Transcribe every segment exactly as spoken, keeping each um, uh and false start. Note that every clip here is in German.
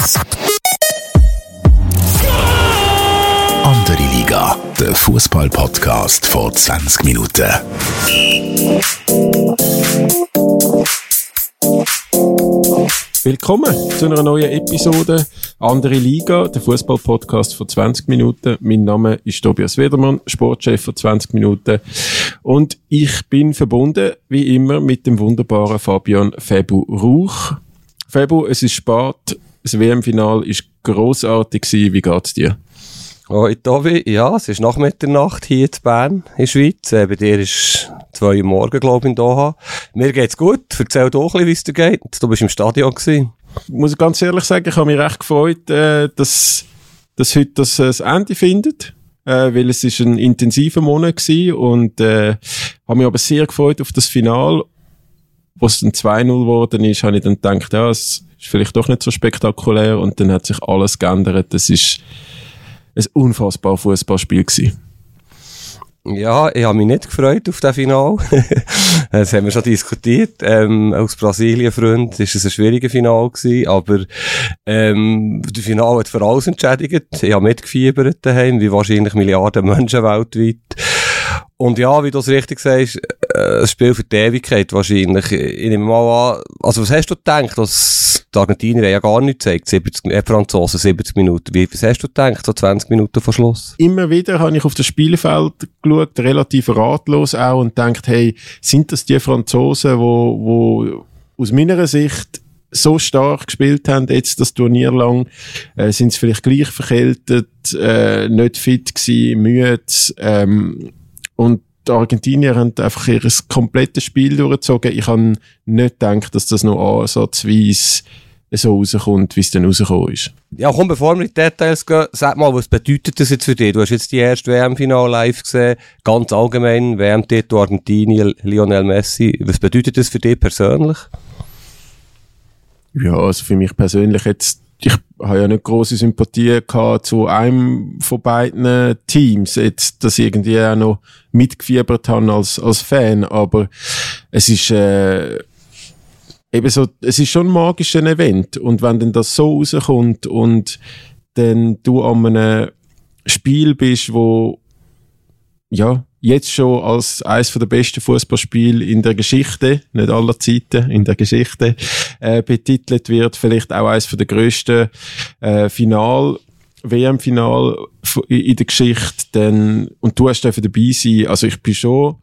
Andere Liga, der Fußball-Podcast vor zwanzig Minuten. Willkommen zu einer neuen Episode Andere Liga, der Fußball-Podcast vor zwanzig Minuten. Mein Name ist Tobias Wedermann, Sportchef von zwanzig Minuten. Und ich bin verbunden, wie immer, mit dem wunderbaren Fabian Febu Rauch. Febu, es ist spät, das W M-Final war grossartig. Wie geht's dir? Hoi Tobi, ja, es ist nach Mitternacht hier in Bern, in der Schweiz. Äh, bei dir ist zwei Uhr morgen, glaube ich, in Doha. Mir geht's gut. Erzähl doch ein bisschen, wie es dir geht. Du bist im Stadion gewesen. Ich muss ganz ehrlich sagen, ich habe mich recht gefreut, äh, dass, dass heute das, äh, das Ende findet. Äh, weil es ist ein intensiver Monat gewesen und äh, habe mich aber sehr gefreut auf das Finale. Wo es dann zwei null geworden ist, habe ich dann gedacht, ja, es ist vielleicht doch nicht so spektakulär und dann hat sich alles geändert. Das ist ein unfassbares Fußballspiel gewesen. Ja, ich habe mich nicht gefreut auf das Finale. Das haben wir schon diskutiert. Ähm, als Brasilien-Freund ist es ein schwieriges Finale gewesen, aber ähm, das Finale hat für alles entschädigt. Ich habe mitgefiebert daheim, wie wahrscheinlich Milliarden Menschen weltweit. Und ja, wie du es richtig sagst, äh, ein Spiel für die Ewigkeit wahrscheinlich. Ich nehme mal an, also was hast du gedacht, dass die Argentinier ja gar nichts zeigt, siebzig, äh, Franzosen siebzig Minuten. Wie, was hast du gedacht, so zwanzig Minuten vor Schluss? Immer wieder habe ich auf das Spielfeld geschaut, relativ ratlos auch, und gedacht, hey, sind das die Franzosen, wo, wo aus meiner Sicht so stark gespielt haben, jetzt das Turnier lang, äh, sind sie vielleicht gleich verkältet, äh, nicht fit gewesen, müde, ähm, und die Argentinier haben einfach ihr komplettes Spiel durchgezogen. Ich habe nicht gedacht, dass das noch ansatzweise so rauskommt, wie es dann rausgekommen ist. Ja, komm, bevor wir in die Details gehen, sag mal, was bedeutet das jetzt für dich? Du hast jetzt die erste W M-Finale live gesehen, ganz allgemein, W M-Titel Argentinien, Lionel Messi. Was bedeutet das für dich persönlich? Ja, also für mich persönlich jetzt, ich habe ja nicht grosse Sympathie gehabt zu einem von beiden Teams, jetzt, dass ich irgendwie auch noch mitgefiebert habe als, als Fan, aber es ist, äh, eben so, es ist schon ein magisches Event, und wenn dann das so rauskommt und dann du an einem Spiel bist, wo, ja, jetzt schon als eines der besten Fußballspiele in der Geschichte, nicht aller Zeiten, in der Geschichte, äh, betitelt wird, vielleicht auch eines der grössten äh, Final, W M-Final in der Geschichte, dann, und du hast dafür dabei sein, also ich bin schon,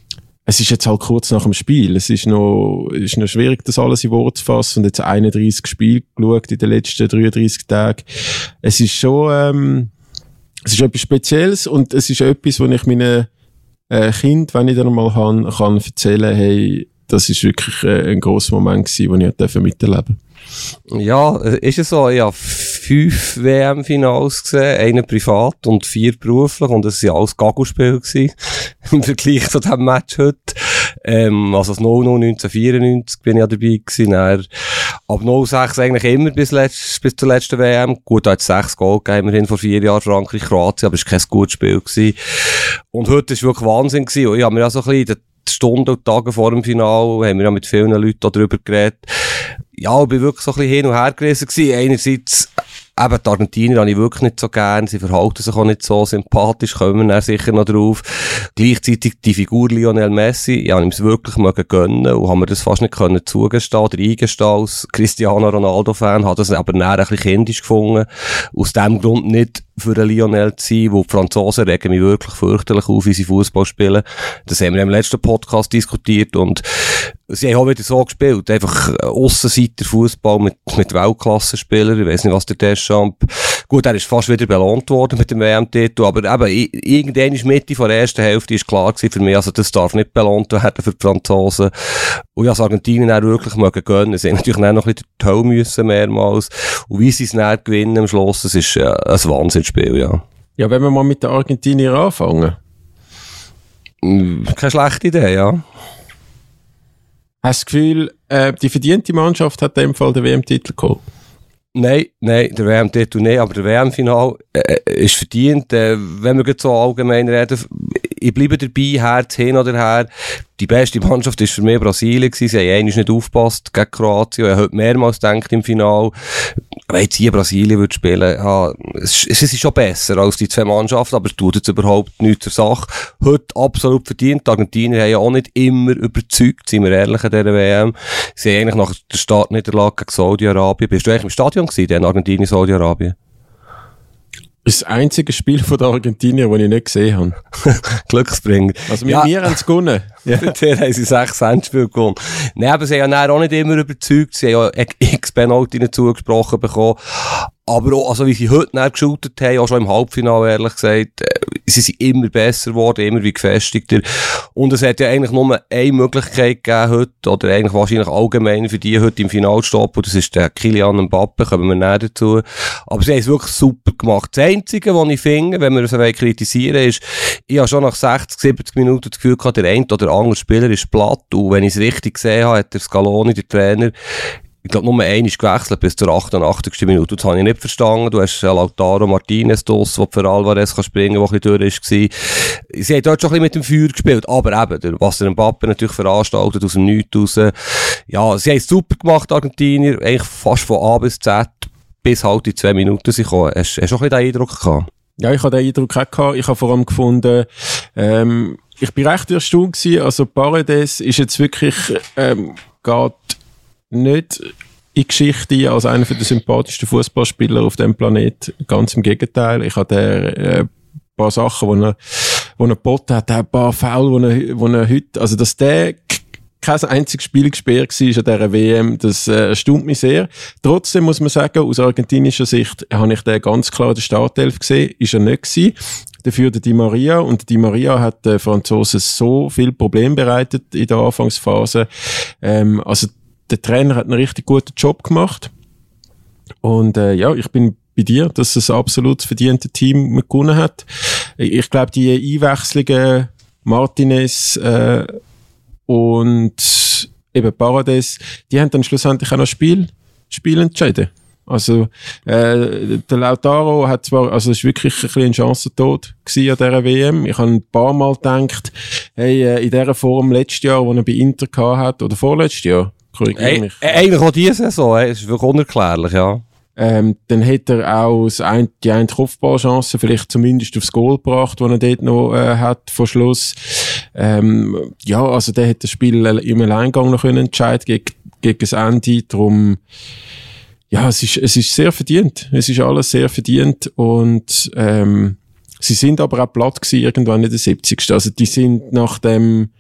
es ist jetzt halt kurz nach dem Spiel, es ist noch, es ist noch schwierig, das alles in Worte zu fassen, und jetzt einunddreissig Spiele geschaut in den letzten dreiunddreissig Tagen. Es ist schon, ähm, es ist etwas Spezielles, und es ist etwas, wo ich meinen äh, Kind, wenn ich dann mal kann, kann erzählen, hey, das ist wirklich äh, ein grosser Moment gewesen, den ich miterleben durfte. Ja, ist es so. Ich habe fünf W M-Finals gesehen, einen privat und vier beruflich, und es waren alles Gagelspiele gewesen, im Vergleich zu diesem Match heute. Ähm, also das null null neunzehnhundertvierundneunzig bin ich ja dabei gewesen. Dann, ab null sechs eigentlich immer bis, letzt, bis zur letzten W M. Gut, da hat es sechs Goal gegeben, immerhin vor vier Jahren Frankreich, Kroatien, aber es war kein gutes Spiel gewesen. Und heute war es wirklich Wahnsinn gewesen. Und ich habe mir auch so ein bisschen die Stunden und Tage vor dem Finale, haben wir ja mit vielen Leuten darüber geredet. Ja, ich bin wirklich so ein bisschen hin und her gerissen gewesen. Einerseits, eben, die Argentinier habe ich wirklich nicht so gern. Sie verhalten sich auch nicht so sympathisch, kommen wir dann sicher noch drauf. Gleichzeitig die Figur Lionel Messi, ich habe ihm es wirklich mögen gönnen und haben mir das fast nicht können zugestehen oder eingestehen als Cristiano Ronaldo-Fan, habe das aber dann ein bisschen kindisch gefunden. Aus dem Grund nicht für einen Lionel zu sein, wo die Franzosen regen mich wirklich fürchterlich auf, wie sie Fußball spielen. Das haben wir im letzten Podcast diskutiert, und sie haben auch wieder so gespielt. Einfach Aussenseiter-Fußball mit, mit Weltklasse-Spielern. Ich weiss nicht, was der Deschamps, gut, er ist fast wieder belohnt worden mit dem W M-Titel, aber eben, irgendwann ist Mitte von der ersten Hälfte ist klar gewesen für mich, also das darf nicht belohnt werden für die Franzosen. Und ich habe Argentinien dann wirklich mögen gönnen. Sie haben natürlich dann noch ein bisschen die Hölle müssen, mehrmals. Und wie sie es dann gewinnen am Schluss, das ist äh, ein Wahnsinnsspiel, ja. Ja, wenn wir mal mit den Argentinier anfangen. Keine schlechte Idee, ja. Hast du das Gefühl, äh, die verdiente Mannschaft hat in dem Fall den W M-Titel geholt? Nein, nein, der W M-Titel nicht, aber der W M-Final äh, ist verdient. Äh, wenn wir jetzt so allgemein reden, ich bleibe dabei, Herz hin oder her. Die beste Mannschaft war für mich Brasilien gewesen. Sie haben einmal nicht aufgepasst gegen Kroatien. Ich habe heute mehrmals gedacht im Final. wenn jetzt hier Brasilien würde spielen, ja, es, es ist schon besser als die zwei Mannschaften, aber es tut jetzt überhaupt nichts zur Sache. Heute absolut verdient. Die Argentinier haben ja auch nicht immer überzeugt, sind wir ehrlich in dieser W M. Sie haben eigentlich nach der Startniederlage gegen Saudi-Arabien, bist du eigentlich im Stadion gewesen, in Argentinien, Saudi-Arabien? Das einzige Spiel von der Argentinier, das ich nicht gesehen habe. Glücksbringer. Also mit ja. mir haben sie gewonnen. Ja. Mit dir haben sie sechs Endspiele gewonnen. Nein, aber sie haben ja auch nicht immer überzeugt. Sie haben ja x Penalty zugesprochen bekommen. Aber auch, also wie sie heute geshootet haben, auch schon im Halbfinale, ehrlich gesagt, äh, sie sind immer besser geworden, immer wie gefestigter. Und es hat ja eigentlich nur eine Möglichkeit gegeben heute, oder eigentlich wahrscheinlich allgemein für die heute im Finale zu stoppen, und das ist der Kylian Mbappe, kommen wir näher dazu. Aber sie haben es wirklich super gemacht. Das Einzige, was ich finde, wenn wir es kritisieren wollen, ist, ich habe schon nach sechzig, siebzig Minuten das Gefühl gehabt, der eine oder andere Spieler ist platt, und wenn ich es richtig gesehen habe, hat der Scaloni, der Trainer, ich glaube, nur einer ist gewechselt bis zur achtundachtzigsten Minute. Das habe ich nicht verstanden. Du hast Lautaro Martinez draus, der für Alvarez kann springen kann, der ein bisschen durch war. Sie haben dort schon ein bisschen mit dem Feuer gespielt. Aber eben, der, was der Mbappe natürlich veranstaltet, aus dem Nichts raus. Ja, sie haben es super gemacht, Argentinier. Eigentlich fast von A bis Z, bis halt die zwei Minuten sie kommen. Hast, hast du auch ein bisschen den Eindruck gehabt? Ja, ich habe den Eindruck auch gehabt. Ich habe vor allem gefunden, ähm, ich bin recht erstaunt gewesen. Also Paredes ist jetzt wirklich, ähm, geht nicht in die Geschichte als einer der sympathischsten Fußballspieler auf dem Planet. Ganz im Gegenteil. Ich habe äh, ein paar Sachen, die er, die er geboten hat, auch ein paar Foul, die er, die er heute, also dass der kein einziges Spiel gesperrt war an dieser W M, das äh, erstaunt mich sehr. Trotzdem muss man sagen, aus argentinischer Sicht habe ich den ganz klar in der Startelf gesehen, ist er nicht gewesen. Dafür der Di Maria, und Di Maria hat den Franzosen so viel Probleme bereitet in der Anfangsphase. Ähm, also der Trainer hat einen richtig guten Job gemacht. Und äh, ja, ich bin bei dir, dass es ein absolut verdientes Team gewonnen hat. Ich glaube, die Einwechslungen Martinez äh, und eben Paredes, die haben dann schlussendlich auch noch Spiel, Spiel entschieden. Also äh, der Lautaro hat zwar, also es ist wirklich ein bisschen ein Chancentod gewesen an dieser W M. Ich habe ein paar Mal gedacht, hey, äh, in dieser Form letztes Jahr, wo er bei Inter gehabt hat, oder vorletztes Jahr, korrigiere mich. Hey, eigentlich auch diese Saison, das ist wirklich unerklärlich, ja. Ähm, dann hätte er auch das ein, die eine Kopfballchance vielleicht zumindest aufs Goal gebracht, die er dort noch äh, hat vor Schluss. Ähm, ja, also der hätte das Spiel im Alleingang noch können entscheiden gegen, gegen das Ende. Darum, ja, es ist, es ist sehr verdient. Es ist alles sehr verdient, und ähm, sie sind aber auch platt gewesen, irgendwann in der siebzigsten Also die sind nach dem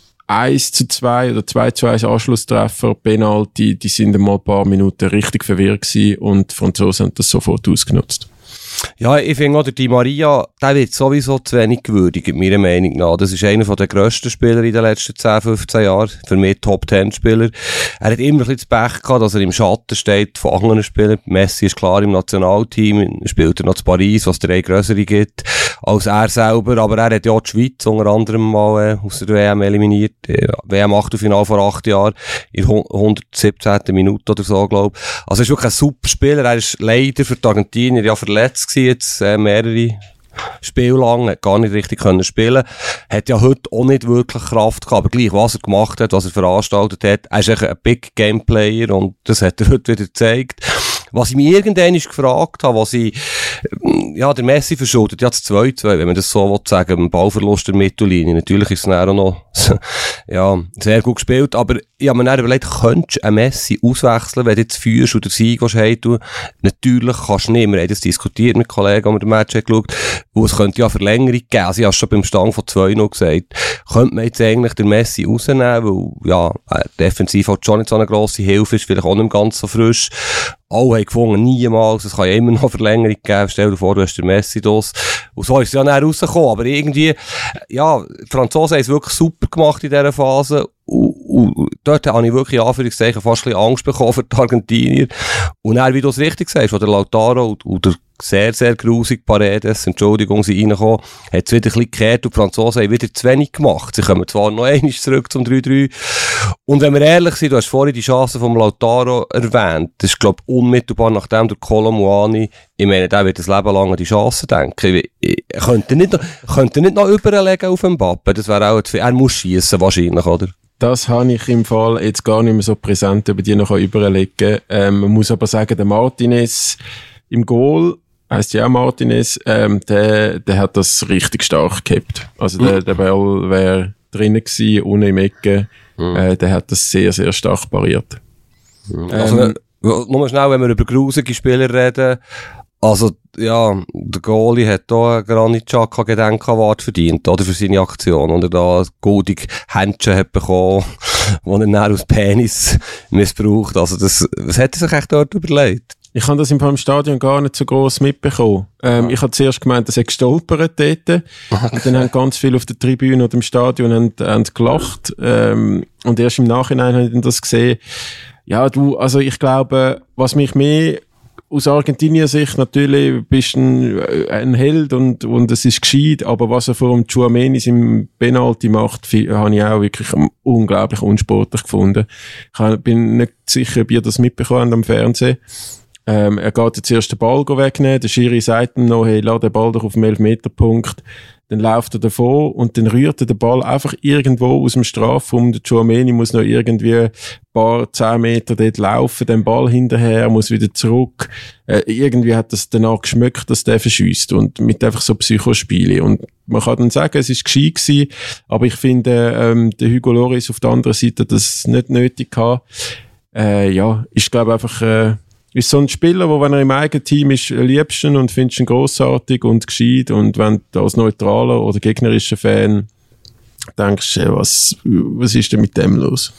eins zu zwei oder zwei zu eins Anschlusstreffer, Penalty, die sind einmal ein paar Minuten richtig verwirrt gewesen, und die Franzosen haben das sofort ausgenutzt. Ja, ich finde auch, der Di Maria, der wird sowieso zu wenig gewürdigt, meiner Meinung nach. Das ist einer der grössten Spieler in den letzten zehn, fünfzehn Jahren. Für mich Top zehn Spieler. Er hat immer ein bisschen das Pech gehabt, dass er im Schatten steht von anderen Spielern. Messi ist klar im Nationalteam, spielt er noch zu Paris, was drei grössere gibt, als er selber. Aber er hat ja auch die Schweiz unter anderem mal äh, aus der W M eliminiert. Äh, W M-Achtelfinale vor acht Jahren, in hundertsiebzehnten Minute oder so, glaube ich. Also er ist wirklich ein super Spieler. Er ist leider für die Argentinier ja verletzt gewesen, jetzt äh, mehrere Spiele lang, hat gar nicht richtig können spielen, hat ja heute auch nicht wirklich Kraft gehabt, aber gleich, was er gemacht hat, was er veranstaltet hat, er ist echt ein Big Game Player, und das hat er heute wieder gezeigt. Was ich mich irgendwann gefragt habe, was ich, ja, der Messi verschuldet, ja, das zwei zwei, wenn man das so will sagen, ein Ballverlust der Mittellinie. Natürlich ist es dann auch noch, ja, sehr gut gespielt, aber ich habe mir dann überlegt, könntest du einen Messi auswechseln, wenn du jetzt führst oder Sieg heimtun? Natürlich kannst du nicht. Wir haben das diskutiert mit Kollegen, als wir den Match haben geschaut, wo es könnte ja Verlängerung geben. Also ich habe es schon beim Stand von zwei noch gesagt. Könnte man jetzt eigentlich den Messi rausnehmen, weil, ja, defensiv halt schon nicht so eine grosse Hilfe ist, vielleicht auch nicht ganz so frisch. Alle haben gefunden, niemals, es kann ja immer noch Verlängerung geben, stell dir vor, du hast den Messi das. Und so ist es ja dann rausgekommen, aber irgendwie, ja, die Franzosen haben es wirklich super gemacht in dieser Phase, und, und dort habe ich wirklich in Anführungszeichen fast ein bisschen Angst bekommen für die Argentinier. Und dann, wie du es richtig sagst, wo der Lautaro und, und der sehr, sehr grusig Paredes, Entschuldigung, sie reingekommen, hat es wieder ein bisschen gekehrt, und die Franzosen haben wieder zu wenig gemacht. Sie kommen zwar noch einmal zurück zum drei drei. Und wenn wir ehrlich sind, du hast vorhin die Chance vom Lautaro erwähnt, das ist, glaube ich, unmittelbar nachdem der Kolo Muani, ich meine, der wird das Leben lang an die Chance denken. Ich, ich, könnte nicht noch, könnte nicht noch überlegen auf Mbappe, das wäre auch, er muss schiessen wahrscheinlich, oder? Das habe ich im Fall jetzt gar nicht mehr so präsent, über die noch überlegen. Ähm, man muss aber sagen, der Martinez im Goal, heisst ja auch Martinez, ähm, der, der hat das richtig stark gehabt. Also der, der Ball wäre drinnen gewesen, unten im Ecke. Mhm. Äh, der hat das sehr, sehr stark pariert. Mhm. Also, ähm, nur schnell, wenn wir über grusige Spieler reden, also, ja, der Goalie hat da einen Granit Xhaka Gedenkaward verdient, oder, für seine Aktion, und er da goldige Händchen hat bekommen, die er dann aus Penis missbraucht. Also, das, was hat er sich echt dort überlegt? Ich habe das im Stadion gar nicht so gross mitbekommen. Ähm, ja. Ich habe zuerst gemeint, dass er gestolpert dort. Okay. Und dann haben ganz viele auf der Tribüne oder im Stadion haben, haben gelacht. Ähm, und erst im Nachhinein habe ich dann das gesehen. Ja, du, also ich glaube, was mich mehr aus Argentinien Sicht natürlich bist ein, ein Held und, und es ist gescheit, aber was er vor dem Tchouaméni im Penalty macht, habe ich auch wirklich unglaublich unsportlich gefunden. Ich bin nicht sicher, ob ihr das mitbekommen habt am Fernsehen. Ähm, er geht jetzt erst den Ball wegnehmen, der Schiri sagt ihm noch, hey, lass den Ball doch auf dem elf-Meter-Punkt. Dann läuft er davor und dann rührt er den Ball einfach irgendwo aus dem Strafraum. Der Tchouaméni muss noch irgendwie ein paar zehn Meter dort laufen, den Ball hinterher, muss wieder zurück. Äh, irgendwie hat das danach geschmeckt, dass der verschiesst und mit einfach so Psychospiele. Und man kann dann sagen, es ist gescheit gewesen, aber ich finde, ähm, der Hugo Lloris auf der anderen Seite das nicht nötig gehabt. Äh, ja, ich glaube einfach, äh, ist so ein Spieler, wo, wenn er im eigenen Team ist, liebst ihn und findest ihn grossartig und gescheit, und wenn du als neutraler oder gegnerischer Fan denkst, was, was ist denn mit dem los?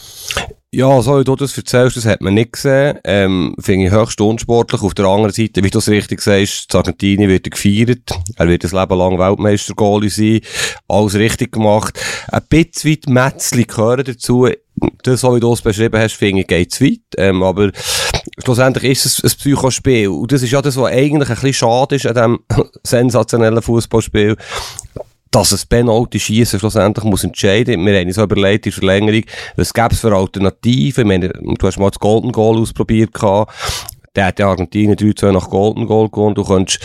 Ja, so wie du das erzählst, das hat man nicht gesehen. Ähm, finde ich höchst unsportlich. Auf der anderen Seite, wie du es richtig sagst, in Argentinien wird er gefeiert. Er wird das Leben lang Weltmeister-Goalie sein. Alles richtig gemacht. Ein bisschen weit Metzli gehören dazu. Das, so wie du es beschrieben hast, finde ich, geht zu weit. Ähm, aber schlussendlich ist es ein Psychospiel. Und das ist ja das, was eigentlich ein bisschen schade ist an diesem sensationellen Fußballspiel. Dass ein Penalty-Schiessen schlussendlich muss entscheiden. Wir haben uns so überlegt, in Verlängerung, was gäbe es für Alternativen? Ich meine, du hast mal das Golden Goal ausprobiert gehabt. Der hat ja Argentinien drei zwei nach Golden Goal gewonnen. Du könntest,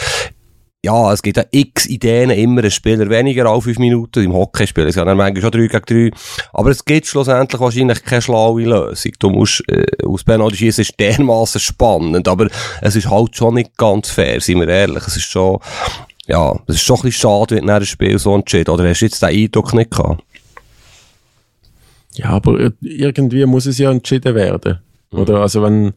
ja, es gibt ja x Ideen, immer ein Spieler weniger alle fünf Minuten. Im Hockey spielen sie ja dann manchmal schon drei gegen drei. Aber es gibt schlussendlich wahrscheinlich keine schlaue Lösung. Du musst, äh, aus Penalty-Schiessen ist dermaßen spannend, aber es ist halt schon nicht ganz fair, seien wir ehrlich. Es ist schon, ja, es ist schon ein bisschen schade, wenn ein Spiel so entschieden. Oder hast du jetzt den Eindruck nicht gehabt? Ja, aber irgendwie muss es ja entschieden werden. Mhm. Oder, also wenn,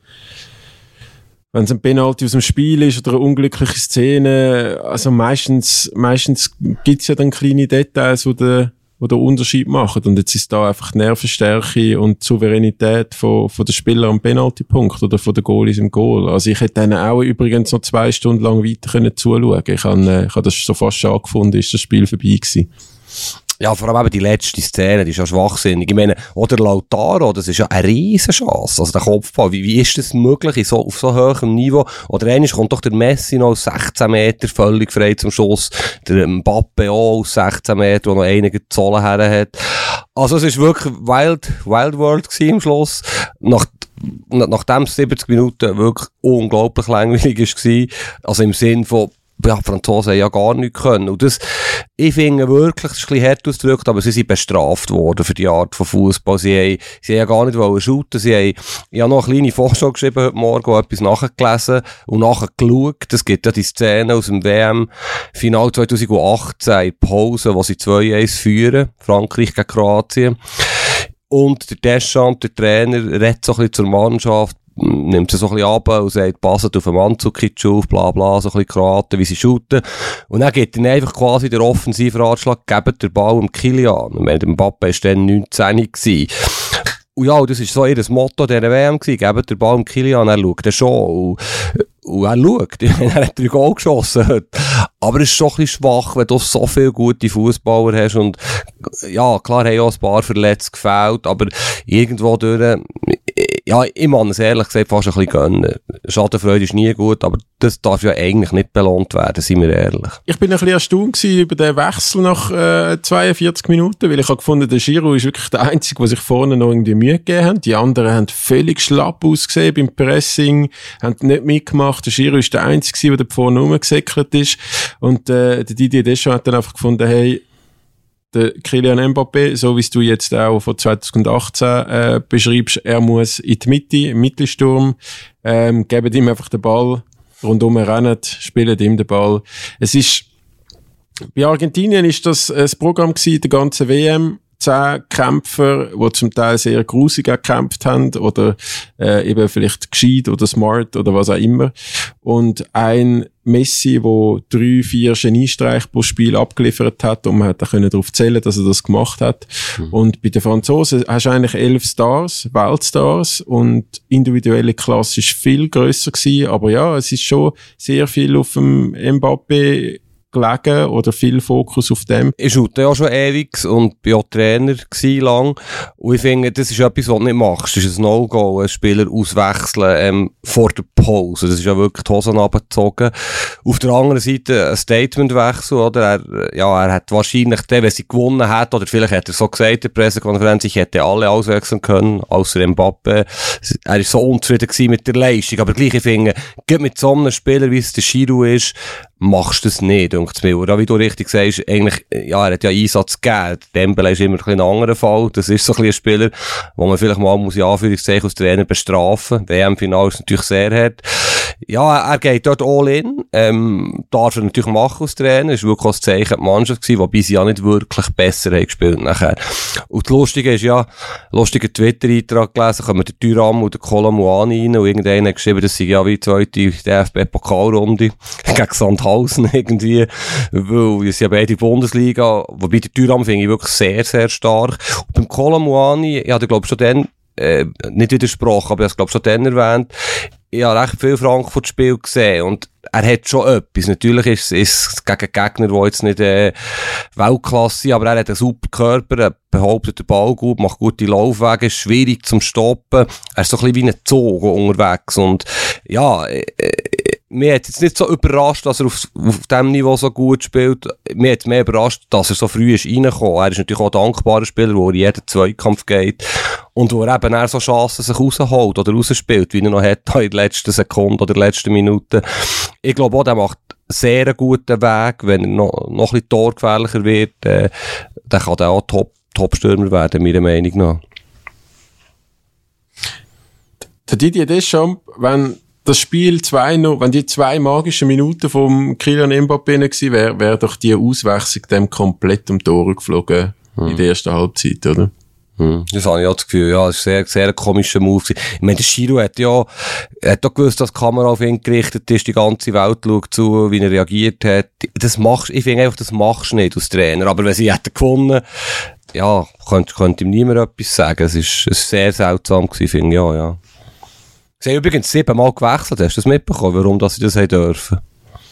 wenn es ein Penalty aus dem Spiel ist oder eine unglückliche Szene, also meistens, meistens gibt's ja dann kleine Details, die den, die den Unterschied machen. Und jetzt ist da einfach die Nervenstärke und die Souveränität von, von den Spielern am Penaltypunkt oder von den Goalies im Goal. Also ich hätte denen auch übrigens noch zwei Stunden lang weiter können zuschauen. Ich habe, ich habe das so fast schon angefunden, ist das Spiel vorbei gewesen. Ja, vor allem eben die letzte Szene, die ist ja schwachsinnig. Ich meine, oder Lautaro, das ist ja eine Riesenchance. Also der Kopfball, wie, wie ist das möglich so, auf so hohem Niveau? Oder einmal kommt doch der Messi noch aus sechzehn Meter völlig frei zum Schuss. Der Mbappe auch aus sechzehn Meter, der noch einige Zollen her hat. Also es ist wirklich Wild, Wild World gewesen am Schluss. Nach, nachdem es siebzig Minuten wirklich unglaublich langweilig war. Also im Sinn von, ja, die Franzosen haben ja gar nichts können. Und das, ich finde wirklich, das ist ein bisschen hart ausgedrückt, aber sie sind bestraft worden für die Art von Fußball. Sie haben, sie haben ja gar nicht wollen shooten. Sie haben, ich habe noch eine kleine Vorschau geschrieben heute Morgen, etwas nachgelesen und nachgeschaut. Es gibt ja die Szene aus dem W M-Final zwanzig achtzehn, Pause, wo sie zwei eins führen, Frankreich gegen Kroatien. Und der Deschamps, der Trainer, redet so ein bisschen zur Mannschaft, nimmt sie so ein bisschen ab und sagt, passet auf den Mandzukic auf, bla bla, so ein bisschen Kroaten, wie sie shooten. Und dann gibt er einfach quasi der offensive Ratschlag, gebt den Ball dem Kilian. Und der Mbappe war dann neunzehn gewesen. Und ja, das war so ihr Motto dieser W M gewesen, gebt den Ball dem Kilian, er schaut dann schon. Und, und er schaut, er hat drei Goal geschossen heute. Aber es ist schon ein bisschen schwach, wenn du so viele gute Fußballer hast. Und ja, klar haben auch ein paar verletzt gefällt, aber irgendwo durch, ja, ich meine es ehrlich gesagt fast ein bisschen gönnen. Schadenfreude ist nie gut, aber das darf ja eigentlich nicht belohnt werden, seien wir ehrlich. Ich bin ein bisschen erstaunt über den Wechsel nach äh, zweiundvierzig Minuten, weil ich habe gefunden, der Giroud ist wirklich der Einzige, der sich vorne noch irgendwie Mühe gegeben hat. Die anderen haben völlig schlapp ausgesehen beim Pressing, haben nicht mitgemacht. Der Giroud ist der Einzige, der da vorne rumgesäckelt ist. Und äh, der Didier Deschamps hat dann einfach gefunden, hey, der Kylian Mbappé, so wie es du jetzt auch von zwanzig achtzehn äh, beschreibst, er muss in die Mitte, im Mittelsturm, ähm, geben ihm einfach den Ball, rundum rennen, spielen ihm den Ball. Es ist, bei Argentinien ist das ein Programm gewesen, der ganze W M, zehn Kämpfer, die zum Teil sehr grusig gekämpft haben oder äh, eben vielleicht gescheit oder smart oder was auch immer. Und ein Messi, der drei, vier Geniestreiche pro Spiel abgeliefert hat und man hat darauf zählen, dass er das gemacht hat. Mhm. Und bei den Franzosen hast du eigentlich elf Stars, Weltstars, und individuelle Klasse ist viel grösser gewesen. Aber ja, es ist schon sehr viel auf dem Mbappé gelegen oder viel Fokus auf dem. Ich schaute ja schon ewig und bin auch Trainer gewesen lang. Und ich finde, das ist etwas, was du nicht machst. Das ist ein No-Go, einen Spieler auswechseln ähm, vor der Pause. Das ist ja wirklich die Hosen runtergezogen. Auf der anderen Seite ein Statementwechsel, oder? Er, ja, er hat wahrscheinlich den, wenn sie gewonnen hat, oder vielleicht hat er so gesagt in der Pressekonferenz, ich hätte alle auswechseln können, außer Mbappé. Er ist so unzufrieden gewesen mit der Leistung. Aber gleich, ich finde, mit so einem Spieler, wie es der Giroud ist, machst du das nicht, denkt mir. Oder wie du richtig sagst, eigentlich, ja, er hat ja Einsatz gegeben. Dembele ist immer ein bisschen ein anderer Fall. Das ist so ein bisschen ein Spieler, wo man vielleicht mal muss, in Anführungszeichen, als Trainer bestrafen. W M-Final ist natürlich sehr hart. Ja, er geht dort all in. Ähm, darf er natürlich machen als Trainer. Ist wirklich auch das Zeichen der Mannschaft gewesen, wobei sie ja nicht wirklich besser haben gespielt nachher. Und das Lustige ist ja, lustiger Twitter-Eintrag gelesen, kommen der Thuram und der Kolomuani rein und irgendeiner hat geschrieben, das sei ja wie die zweite D F B-Pokalrunde gegen Sandhausen irgendwie, weil wir sind ja beide Bundesliga, wobei der Thuram finde ich wirklich sehr, sehr stark. Und beim Kolomuani, ich hatte glaube schon dann, äh, nicht widersprochen, aber ich habe es glaube schon dann erwähnt, ich habe recht viel Frankfurt-Spiel gesehen und er hat schon etwas. Natürlich ist es gegen Gegner, die jetzt nicht äh, Weltklasse sind, aber er hat einen super Körper, er behauptet den Ball gut, macht gute Laufwege, ist schwierig zum Stoppen. Er ist so ein bisschen wie ein Zug unterwegs und ja, äh, mir hat jetzt nicht so überrascht, dass er auf, auf diesem Niveau so gut spielt. Mir hat mehr überrascht, dass er so früh ist reingekommen. Er ist natürlich auch ein dankbarer Spieler, wo er in jeden Zweikampf geht. Und wo er eben auch so Chancen sich rausholt oder rausspielt, wie er noch hat in den letzten Sekunden oder letzten Minuten. Ich glaube auch, der macht sehr einen guten Weg. Wenn er noch, noch ein bisschen torgefährlicher wird, äh, dann kann er auch Top, Top-Stürmer werden, meiner Meinung nach. Der Didier Deschamps, wenn das Spiel zwei noch, wenn die zwei magischen Minuten vom Kylian Mbappé gewesen wäre, wäre doch die Auswechslung dem komplett um die Ohren geflogen hm. in der ersten Halbzeit, oder? Hm. Das habe ich auch das Gefühl, ja, das ist sehr, sehr ein komischer Move. Ich meine, der Giroud hat ja, hat auch gewusst, dass die Kamera auf ihn gerichtet ist, die ganze Welt schaut zu, wie er reagiert hat. Das machst, ich finde einfach, das machst du nicht als Trainer. Aber wenn sie hätten gewonnen, ja, könnte, könnte ihm niemand etwas sagen. Es ist, es ist sehr seltsam gewesen, finde ich, ja, ja. Sie haben übrigens siebenmal gewechselt, hast du das mitbekommen, warum dass sie das haben dürfen?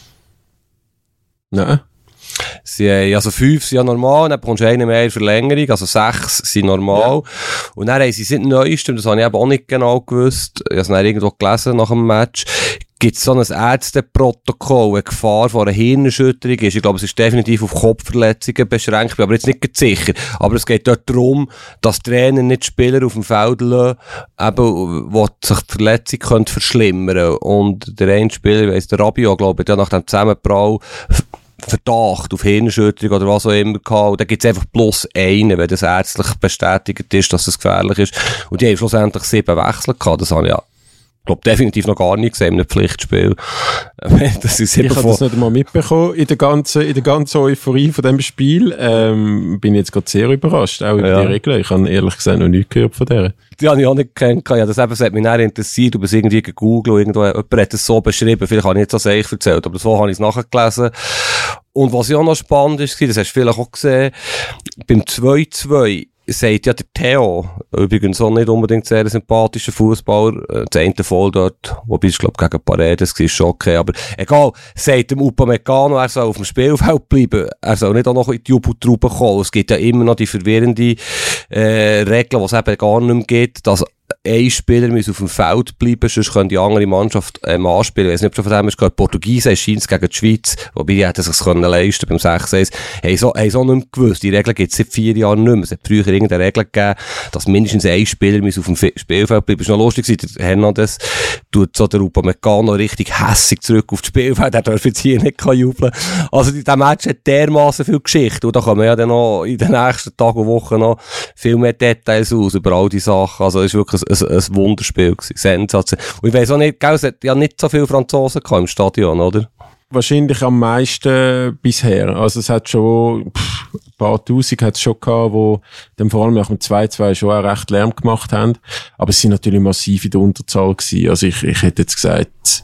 Nein. Sie haben, also fünf sind ja normal, dann bekommst du eine mehr Verlängerung, also sechs sind normal. Ja. Und dann haben sie sind neuestem, das habe ich eben auch nicht genau gewusst, ich habe es dann irgendwo gelesen nach dem Match, gibt es so ein Ärzteprotokoll, eine Gefahr von einer Hirnerschütterung ist. Ich glaube, es ist definitiv auf Kopfverletzungen beschränkt, ich bin aber jetzt nicht sicher. Aber es geht dort darum, dass Trainer nicht Spieler auf dem Feld lassen, eben, wo sich die Verletzung könnte verschlimmern. Und der eine Spieler, ich weiss, der Rabiot, glaube ich, hat nach dem Zusammenprall Verdacht auf Hirnerschütterung oder was auch immer gehabt. Und dann gibt es einfach bloß einen, wenn das ärztlich bestätigt ist, dass es gefährlich ist. Und die haben schlussendlich sieben Wechsel gehabt. Das habe ich ja, glaube definitiv noch gar nicht gesehen in einem Pflichtspiel. Das ist ich habe das nicht einmal mitbekommen in der ganzen, in der ganzen Euphorie von diesem Spiel. Ähm, bin jetzt gerade sehr überrascht, auch über ja. die Regeln. Ich habe ehrlich gesagt noch nichts gehört von der. Die habe ich auch nicht gekannt. Ja, das eben, das hat mich näher interessiert, ob es irgendwie gegoogelt oder irgendwo, jemand hat es so beschrieben. Vielleicht habe ich nicht so sehr erzählt, aber so habe ich es nachgelesen. Und was ja auch noch spannend ist, das hast du vielleicht auch gesehen, beim zwei zwei sagt ja der Theo, übrigens auch nicht unbedingt sehr ein sympathischer Fußballer, das eine Voll dort, wobei ich glaube gegen Paredes, das ist schon okay, aber egal, sagt dem Upamecano, er soll auf dem Spielfeld bleiben, er soll nicht auch noch in die Jubeltraube kommen. Es gibt ja immer noch die verwirrende äh, Regel, die es eben gar nicht mehr gibt, dass ein Spieler muss auf dem Feld bleiben, sonst können die andere Mannschaft ähm, anspielen. Ich weiss nicht, ob schon von dem ist gehört, Portugiesen scheint es gegen die Schweiz, wobei die hätten es sich leisten beim sechs eins, haben so, haben so nicht mehr gewusst. Die Regel gibt es seit vier Jahren nicht mehr. Es hat früher irgendeine Regel gegeben, dass mindestens ein Spieler muss auf dem Spielfeld bleiben. Es war noch lustig, der Hernandez tut so der Upamecano richtig hässig zurück auf das Spielfeld, der darf jetzt hier nicht jubeln. Also dieser Match hat dermassen viel Geschichte und da kommen ja dann noch in den nächsten Tagen und Wochen noch viel mehr Details aus über all die Sachen. Also es war wirklich ein, ein, ein Wunderspiel gewesen. Sensation. Und ich weiss auch nicht, gell, es hat ja nicht so viele Franzosen gehabt im Stadion, oder? Wahrscheinlich am meisten bisher. Also es hat schon pff, ein paar Tausend hat es schon gehabt, wo dann vor allem nach dem zwei zwei schon auch recht Lärm gemacht haben. Aber es sind natürlich massiv in der Unterzahl gewesen. Also ich, ich hätte jetzt gesagt,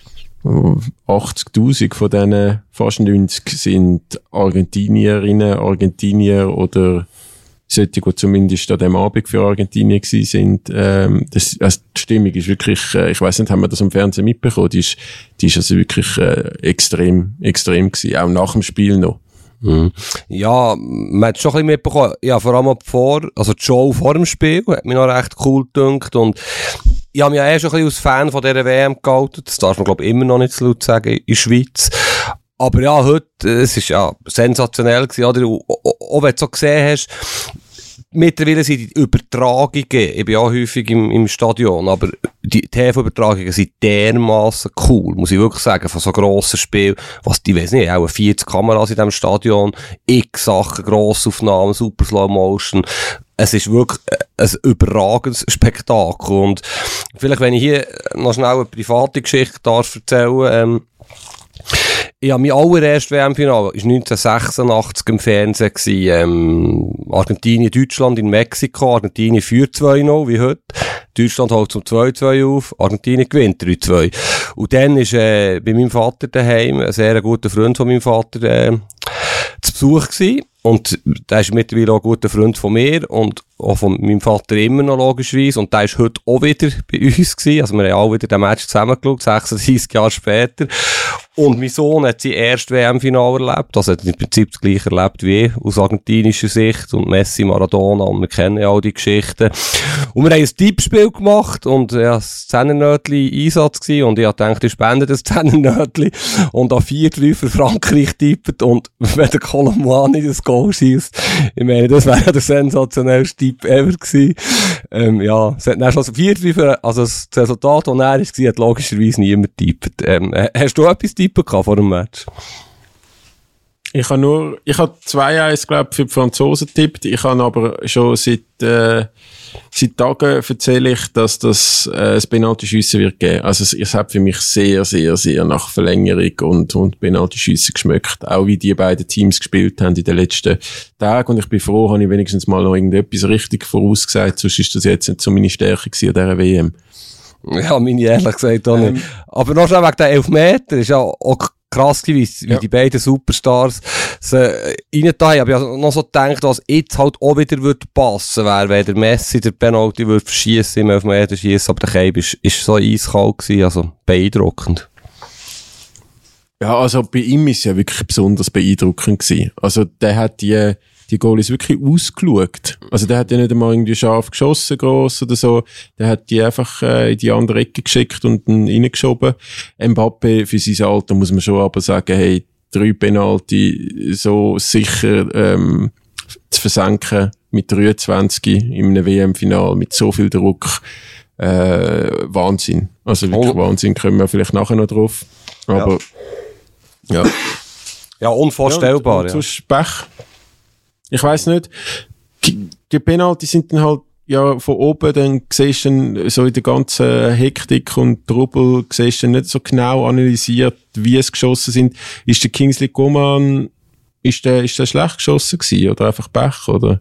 achtzigtausend von diesen fast neunzig sind Argentinierinnen, Argentinier oder solche, die zumindest an dem Abend für Argentinien gewesen sind. Ähm, das, also die Stimmung ist wirklich, äh, ich weiss nicht, haben wir das am Fernsehen mitbekommen, die ist, die ist also wirklich äh, extrem, extrem gewesen, auch nach dem Spiel noch. Mhm. Ja, man hat schon ein bisschen mitbekommen, ja, vor allem vor, also die Show vor dem Spiel hat mich noch recht cool gedünkt und ich habe mich ja eh schon ein bisschen als Fan von dieser W M gehalten, das darf man glaube ich immer noch nicht zu laut sagen, in der Schweiz. Aber ja, heute, es ist ja sensationell gewesen, oder? Auch wenn du so gesehen hast, mittlerweile sind die Übertragungen, ich bin auch häufig im, im Stadion, aber die T V-Übertragungen sind dermassen cool, muss ich wirklich sagen, von so grossen Spielen, was, die weiss nicht, auch vierzig Kameras in diesem Stadion, x Sachen, Grossaufnahmen, super Slow Motion. Es ist wirklich ein überragendes Spektakel. Und vielleicht, wenn ich hier noch schnell eine private Geschichte darf erzählen, ähm, ich habe mein allererstes W M-Finale, war neunzehnhundertsechsundachtzig im Fernsehen, ähm, Argentinien, Deutschland in Mexiko, Argentinien führt zwei null, wie heute. Deutschland holt zum zwei zwei auf, Argentinien gewinnt drei zwei. Und dann ist, äh, bei meinem Vater daheim, ein sehr guter Freund von meinem Vater, äh, zu Besuch gewesen. Und der ist mittlerweile auch ein guter Freund von mir und auch von meinem Vater immer noch logischerweise. Und der ist heute auch wieder bei uns gewesen. Also wir haben auch wieder den Match zusammengeschaut, sechsunddreissig Jahre später. Und mein Sohn hat sein erstes W M-Finale erlebt. Also er hat im Prinzip das gleiche erlebt wie ich, aus argentinischer Sicht. Und Messi, Maradona, und wir kennen ja all die Geschichten. Und wir haben ein Tippspiel gemacht und ja, das Zehner-Nötli Einsatz gewesen. Und ich habe gedacht, ich spende das Zehner-Nötli. Und an vier drei für Frankreich tippt. Und wenn der Colomani das Goal schießt, ich meine, das wäre ja der sensationellste Tipp ever gewesen. Ähm, ja, es hat dann schon vier drei für, also das Resultat, das er war, hat logischerweise niemand tippt. Ähm, hast du etwas tippen gehabt vor dem Match? Ich habe nur, ich habe zwei eins, glaube ich, für die Franzosen getippt. Ich habe aber schon seit, äh, seit Tagen erzähle ich, dass das, äh, das Penalty-Schiessen wird geben. Also es, es hat für mich sehr, sehr, sehr nach Verlängerung und, und Penalty-Schiessen geschmeckt. Auch wie die beiden Teams gespielt haben in den letzten Tagen. Und ich bin froh, habe ich wenigstens mal noch irgendetwas richtig vorausgesagt. Sonst ist das jetzt nicht so meine Stärke gewesen an dieser W M. Ja, meine ehrlich gesagt auch nicht. Ähm, aber noch schnell wegen den Elfmeter ist ja auch krass gewesen, wie ja. Die beiden Superstars sie rein da haben. Ich habe noch so gedacht, was jetzt halt auch wieder würde passen wäre, wenn der Messi der Penalty würde verschiessen, im Elfmeter schiessen, aber der Keib ist, ist so eiskalt gewesen, also beeindruckend. Ja, also bei ihm ist es ja wirklich besonders beeindruckend gewesen. Also der hat die die Goalies wirklich ausgeschaut. Also der hat ja nicht einmal irgendwie scharf geschossen, gross oder so. Der hat die einfach äh, in die andere Ecke geschickt und dann reingeschoben. Mbappé, für sein Alter muss man schon aber sagen, hey, drei Penalty so sicher ähm, zu versenken mit dreiundzwanzig in einem W M-Final mit so viel Druck. Äh, Wahnsinn. Also wirklich oh. Wahnsinn, kommen wir vielleicht nachher noch drauf. Aber ja. Ja, ja unvorstellbar. Ja, und, und ja. Pech. Ich weiss nicht, die Penalty sind dann halt, ja, von oben, dann siehst du dann so in der ganzen Hektik und Trubel, siehst du dann nicht so genau analysiert, wie es geschossen sind. Ist der Kingsley Coman, ist der, ist der schlecht geschossen gewesen, oder einfach Pech, oder?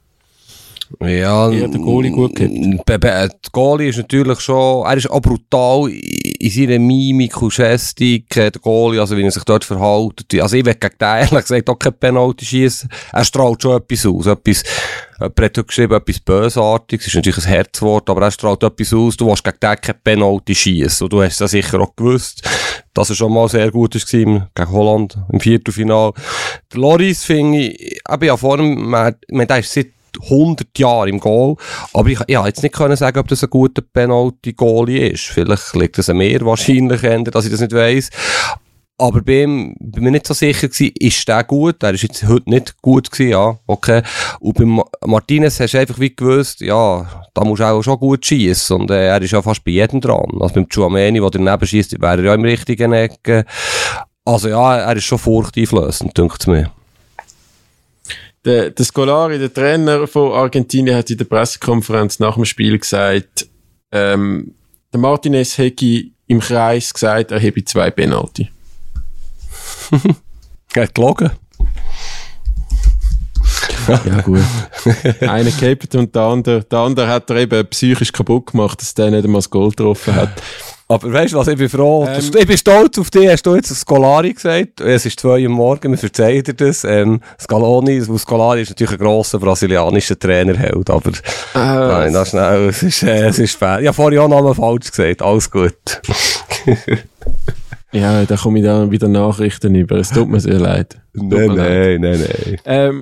Ja, der Goalie gut gehabt. Der Goalie ist natürlich schon, er ist auch brutal in seiner Mimik und Gestik, der Goalie, also wie er sich dort verhält. Also ich will gegen den ehrlich gesagt auch kein Penalty schiessen. Er strahlt schon etwas aus, etwas, jemand hat geschrieben, etwas Bösartiges, das ist natürlich ein Herzwort, aber er strahlt etwas aus, du willst gegen den kein Penalty schiessen. Und du hast das sicher auch gewusst, dass er schon mal sehr gut war gegen Holland im Viertelfinale. Der Loris finde ich, ich habe ja vor dem, ich meine, der ist seit hundert Jahre im Goal. Aber ich, ich habe jetzt nicht können sagen, ob das ein guter Penalty-Goalie ist. Vielleicht liegt es an mir wahrscheinlich, dass ich das nicht weiss. Aber bei ihm, bin mir nicht so sicher gewesen, ist der gut? Er ist jetzt heute nicht gut gewesen, ja, okay. Und beim Martinez hast du einfach wie gewusst, ja, da musst du auch schon gut schiessen. Und äh, er ist ja fast bei jedem dran. Also beim Tchouaméni, der daneben schiesst, wäre er ja im richtigen Ecken. Also ja, er ist schon furchteinflößend, denkt es mir. Der, der Scolari, der Trainer von Argentinien, hat in der Pressekonferenz nach dem Spiel gesagt, ähm, der Martinez hätte im Kreis gesagt, er habe zwei Penalty. Er hat gelogen. Ja, gut. Einer gehabt und der andere, der andere hat er eben psychisch kaputt gemacht, dass der nicht einmal das Goal getroffen hat. Aber weißt du was, ich bin froh. Ähm, ich bin stolz auf dich. Hast du jetzt Scolari gesagt? Es ist zwei Uhr morgen, wir verzeihen dir das. Ähm, Scaloni, Scolari ist natürlich ein grosser brasilianischer Trainerheld, aber äh, nein, das schnell, es ist, äh, es ist fair. Ich habe vorhin auch noch falsch gesagt. Alles gut. Ja, da komme ich dann wieder Nachrichten über. Es tut mir sehr leid. Nein, nein, nein, nein. Ähm,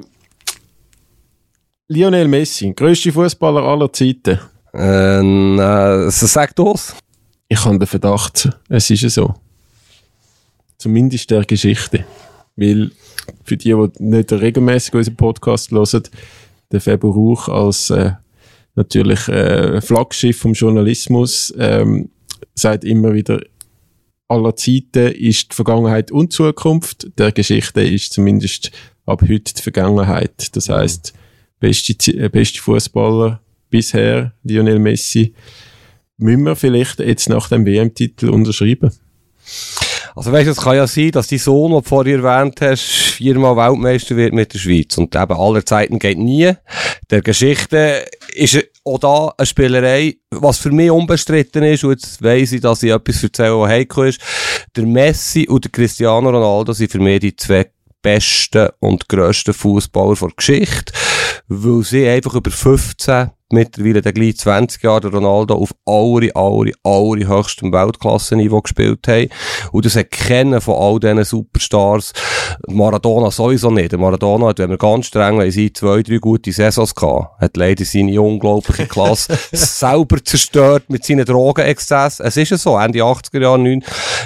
Lionel Messi, grösste Fußballer aller Zeiten. Ähm, äh, sag du's. Ich habe den Verdacht, es ist so. Zumindest der Geschichte. Weil, für die, die nicht regelmäßig unseren Podcast hören, der Fabio Rauch als äh, natürlich äh, Flaggschiff vom Journalismus ähm, sagt immer wieder, aller Zeiten ist die Vergangenheit und Zukunft. Der Geschichte ist zumindest ab heute die Vergangenheit. Das heisst, beste, äh, beste Fußballer bisher, Lionel Messi, müssen wir vielleicht jetzt nach dem W M-Titel unterschreiben? Also weißt du, es kann ja sein, dass dein Sohn, den du vorhin erwähnt hast, viermal Weltmeister wird mit der Schweiz. Und eben aller Zeiten geht nie. Der Geschichte ist auch da eine Spielerei, was für mich unbestritten ist, und jetzt weiss ich, dass ich etwas erzähle, was heikel ist. Der Messi und der Cristiano Ronaldo sind für mich die zwei besten und grössten Fußballer der Geschichte, weil sie einfach über fünfzehn, mittlerweile dann gleich zwanzig Jahre der Ronaldo auf aller, aller, aller höchstem Weltklassenniveau gespielt haben. Und das Erkennen von all diesen Superstars, Maradona sowieso nicht. Der Maradona hat, wenn wir ganz streng waren, zwei, drei gute Saisons gehabt, hat leider seine unglaubliche Klasse selber zerstört mit seinen Drogenexzessen. Es ist ja so, Ende achtziger Jahre, neun,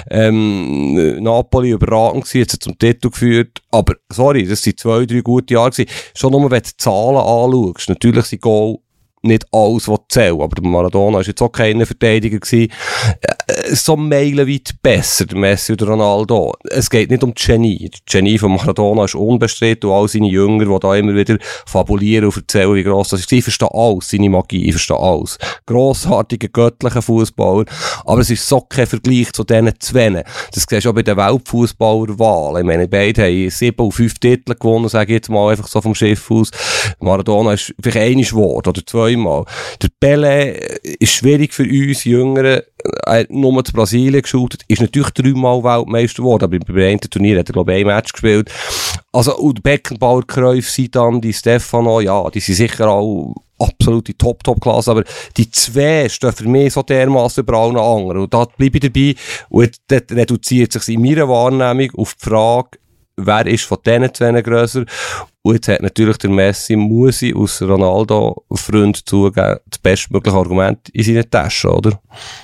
ähm, Napoli überragend gewesen, hat sie zum Titel geführt. Aber, sorry, das sind zwei, drei gute Jahre gewesen. Schon nur, wenn du die Zahlen anschaust, natürlich sind Goal nicht alles, was zählt. Aber der Maradona war jetzt auch kein Verteidiger gewesen. Äh, so meilenweit besser, der Messi und der Ronaldo. Es geht nicht um das Genie. Das Genie von Maradona ist unbestritten und all seine Jünger, die da immer wieder fabulieren und erzählen, wie gross das ist. Ich verstehe alles, seine Magie, ich verstehe alles. Grossartiger, göttlicher Fußballer. Aber es ist so kein Vergleich zu diesen zwei. Das siehst du auch bei den Weltfußballerwahlen. Ich meine, beide haben sieben und fünf Titel gewonnen, sage ich jetzt mal einfach so vom Schiff aus. Maradona ist vielleicht ein Wort oder zwei Mal. Der Pelé ist schwierig für uns Jüngere. Er hat nur zu Brasilien geschaut, ist natürlich dreimal Weltmeister geworden, aber beim einen Turnier hat er, glaube ich, ein Match gespielt. Also, und Beckenbauer, Cruyff, Zidane, die Stefano, ja, die sind sicher auch absolute Top-Top-Klasse, aber die zwei stehen für mich so dermassen über allen anderen. Und da bleibe ich dabei. Und das reduziert sich in meiner Wahrnehmung auf die Frage, wer ist von diesen zwei grösser? Und jetzt hat natürlich der Messi, muss ich aus Ronaldo-Freund zugeben, das bestmögliche Argument in seiner Tasche, oder?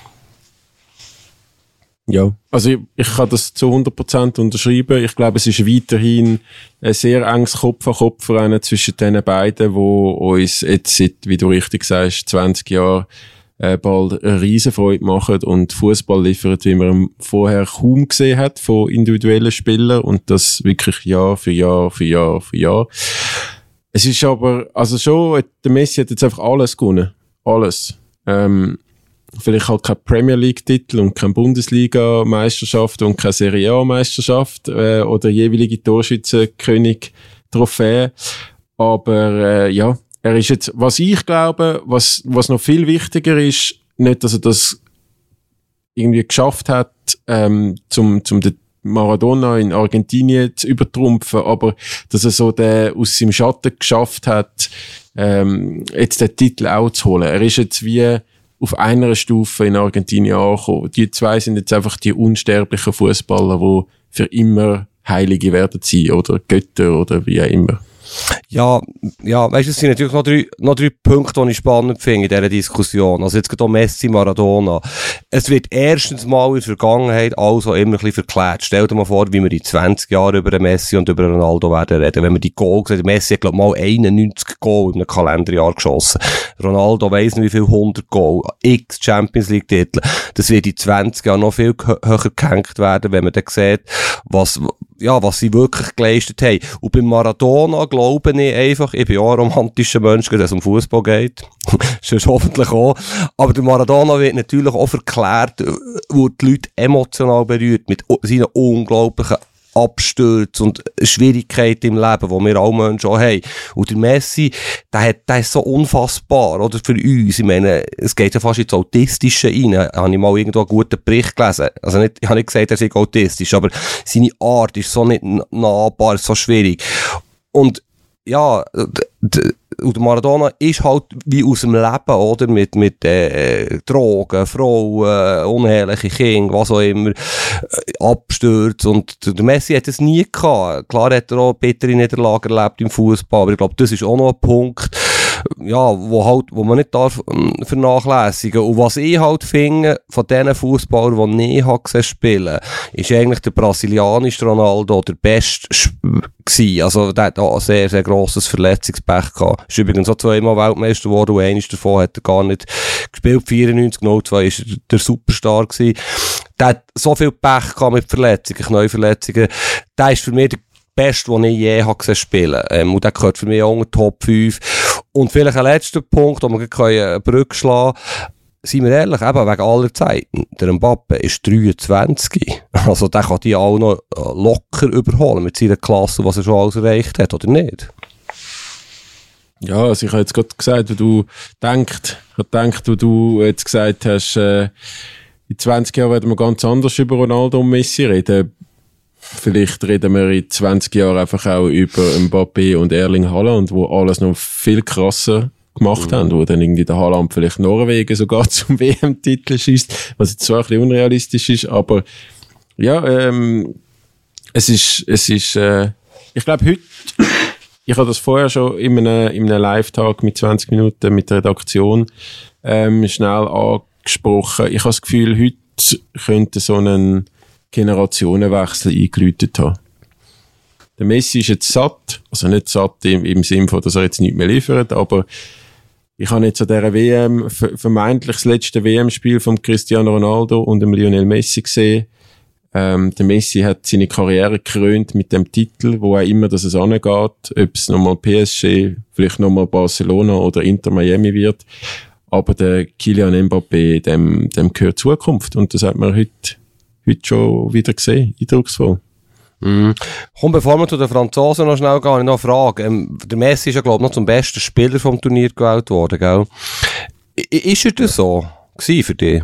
Ja, also ich, ich kann das zu hundert Prozent unterschreiben. Ich glaube, es ist weiterhin ein sehr enges Kopf-an-Kopf-Rennen zwischen den beiden, wo uns jetzt seit, wie du richtig sagst, zwanzig Jahren äh, bald eine Riesenfreude machen und Fußball liefert, wie man ihn vorher kaum gesehen hat von individuellen Spielern und das wirklich Jahr für Jahr für Jahr für Jahr. Es ist aber, also schon, der Messi hat jetzt einfach alles gewonnen. Alles. Ähm, vielleicht halt kein Premier League-Titel und keine Bundesliga-Meisterschaft und keine Serie A-Meisterschaft äh, oder jeweilige Torschützenkönig-Trophäe. Aber äh, ja, er ist jetzt, was ich glaube, was, was noch viel wichtiger ist, nicht, dass er das irgendwie geschafft hat, ähm, zum, zum den Maradona in Argentinien zu übertrumpfen, aber dass er so den aus seinem Schatten geschafft hat, ähm, jetzt den Titel auch zu holen. Er ist jetzt wie auf einer Stufe in Argentinien angekommen. Die zwei sind jetzt einfach die unsterblichen Fußballer, die für immer Heilige werden sein oder Götter oder wie auch immer. Ja, ja, weißt du, es sind natürlich noch drei, noch drei Punkte, die ich spannend finde in dieser Diskussion. Also jetzt geht auch Messi, Maradona. Es wird erstens mal in der Vergangenheit also immer ein bisschen verklärt. Stell dir mal vor, wie wir in zwanzig Jahren über den Messi und über Ronaldo werden reden. Wenn wir die Goal sehen, Messi hat, glaube ich, mal einundneunzig Goal in einem Kalenderjahr geschossen. Ronaldo weiss nicht, wie viel hundert Goal, x Champions League Titel. Das wird in zwanzig Jahren noch viel höher gehängt werden, wenn man dann sieht, was, ja, was sie wirklich geleistet haben. Und bei Maradona glaube ich einfach, ich bin auch ein romantischer Mensch, wenn es um Fußball geht. Sonst hoffentlich auch. Aber der Maradona wird natürlich auch verklärt, wo die Leute emotional berührt, mit seinen unglaublichen Abstürze und Schwierigkeiten im Leben, die wir alle Menschen auch haben. Und der Messi, der, hat, der ist so unfassbar, oder, für uns. Ich meine, es geht ja fast ins Autistische rein. Da habe ich mal irgendwo einen guten Bericht gelesen. Also nicht, ich habe nicht gesagt, er sei autistisch, aber seine Art ist so nicht nahbar, ist so schwierig. Und ja, und der Maradona ist halt wie aus dem Leben, oder? Mit, mit äh, Drogen, Frauen, uneheliche Kinder, was auch immer, äh, Abstürze. Und der Messi hat es nie gehabt. Klar hat er auch bittere Niederlagen erlebt im Fußball, aber ich glaube, das ist auch noch ein Punkt, ja, wo halt, wo man nicht darf ähm, vernachlässigen. Und was ich halt finde, von diesen Fußballern, die ich habe gesehen spielen, ist eigentlich der brasilianische Ronaldo der Beste gewesen. Also, der hat auch ein sehr, sehr grosses Verletzungspech gehabt. Ist übrigens auch zweimal Weltmeister geworden und eines davon hat er gar nicht gespielt. vierundneunzig null zwei ist er der Superstar gewesen. Der hat so viel Pech gehabt mit Verletzungen, Kneuverletzungen. Der ist für mich der Beste, den ich je habe gesehen spielen. Ähm, und der gehört für mich auch in die Top fünf. Und vielleicht ein letzter Punkt, wo wir eine Brücke schlagen können. Seien wir ehrlich, eben wegen aller Zeiten. Der Mbappe ist dreiundzwanzig. Also der kann die auch noch locker überholen mit seiner Klasse, was er schon alles erreicht hat, oder nicht? Ja, also ich habe jetzt gerade gesagt, wo du denkst, ich habe gedacht, wo du jetzt gesagt hast, äh, in zwanzig Jahren werden wir ganz anders über Ronaldo und Messi reden. Vielleicht reden wir in zwanzig Jahren einfach auch über Mbappé und Erling Haaland, wo alles noch viel krasser gemacht mhm. haben, wo dann irgendwie der Haaland vielleicht Norwegen sogar zum W M-Titel schießt, was jetzt so ein bisschen unrealistisch ist, aber ja, ähm, es ist, es ist, äh, ich glaube heute, ich habe das vorher schon in einem, in einem Live-Tag mit zwanzig Minuten mit der Redaktion ähm, schnell angesprochen. Ich habe das Gefühl, heute könnte so ein Generationenwechsel eingeläutet haben. Der Messi ist jetzt satt, also nicht satt im, im Sinne von, dass er jetzt nichts mehr liefert, aber ich habe jetzt an dieser W M vermeintlich das letzte W M-Spiel von Cristiano Ronaldo und dem Lionel Messi gesehen. Ähm, der Messi hat seine Karriere gekrönt mit dem Titel, wo auch immer dass es angeht, ob es nochmal P S G, vielleicht nochmal Barcelona oder Inter Miami wird. Aber der Kylian Mbappé, dem, dem gehört Zukunft. Und das hat man heute, heute schon wieder gesehen. Eindrucksvoll. Mm. Komm, bevor wir zu den Franzosen noch schnell gehen, noch eine Frage. Ähm, der Messi ist ja, glaube ich, noch zum besten Spieler vom Turnier gewählt worden, gell? I- ist er das so gewesen für dich?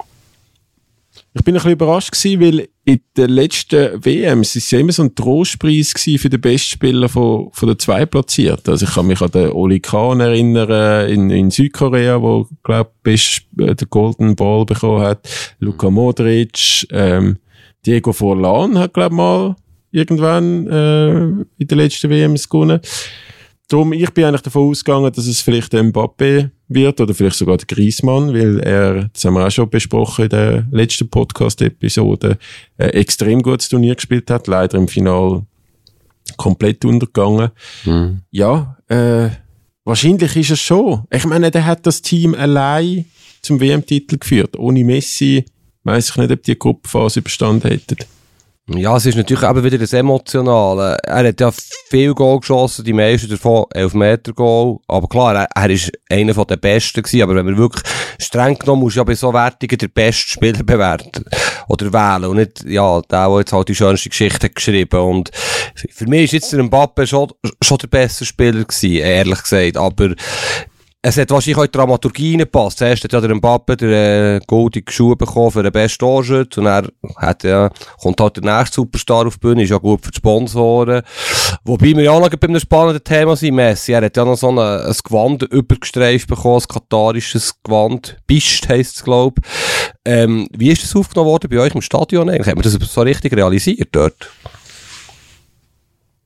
Ich bin ein bisschen überrascht gewesen, weil in den letzten W Ms ist ja immer so ein Trostpreis gewesen für den Bestspieler von, von den zwei Platzierten. Also ich kann mich an den Oli Kahn erinnern, in, in Südkorea, wo, glaube ich, den Golden Ball bekommen hat. Luka Modric, ähm, Diego Forlan hat, glaube ich, mal irgendwann, äh, in den letzten W Ms gewonnen. Darum, ich bin eigentlich davon ausgegangen, dass es vielleicht der Mbappé wird oder vielleicht sogar der Griezmann, weil er, das haben wir auch schon besprochen in der letzten Podcast-Episode, ein extrem gutes Turnier gespielt hat, leider im Finale komplett untergegangen. Mhm. Ja, äh, wahrscheinlich ist es schon. Ich meine, der hat das Team allein zum W M-Titel geführt. Ohne Messi weiss ich nicht, ob die Gruppenphase überstanden hätten. Ja, es ist natürlich eben wieder das Emotionale. Er hat ja viel Goal geschossen, die meisten davon elf Meter Goal. Aber klar, er, er ist einer von den Besten gewesen. Aber wenn man wirklich streng genommen muss, ja bei so Wertungen der besten Spieler bewerten. Oder wählen. Und nicht, ja, der, der jetzt halt die schönste Geschichte hat geschrieben. Und für mich ist jetzt der Mbappé schon, schon der beste Spieler gewesen, ehrlich gesagt. Aber es hat wahrscheinlich auch die Dramaturgie nicht gepasst. Zuerst hat ja der Mbappé den äh, goldigen Schuh bekommen für den besten Torschütze und er hat ja, kommt halt der nächste Superstar auf die Bühne, ist ja gut für die Sponsoren. Wobei wir ja auch noch bei einem spannenden Thema sind, Messi. Er hat ja noch so ein, ein Gewand übergestreift bekommen, ein katarisches Gewand. Bist heisst es, glaube ich. Ähm, wie ist das aufgenommen worden bei euch im Stadion eigentlich? Hat man das so richtig realisiert dort?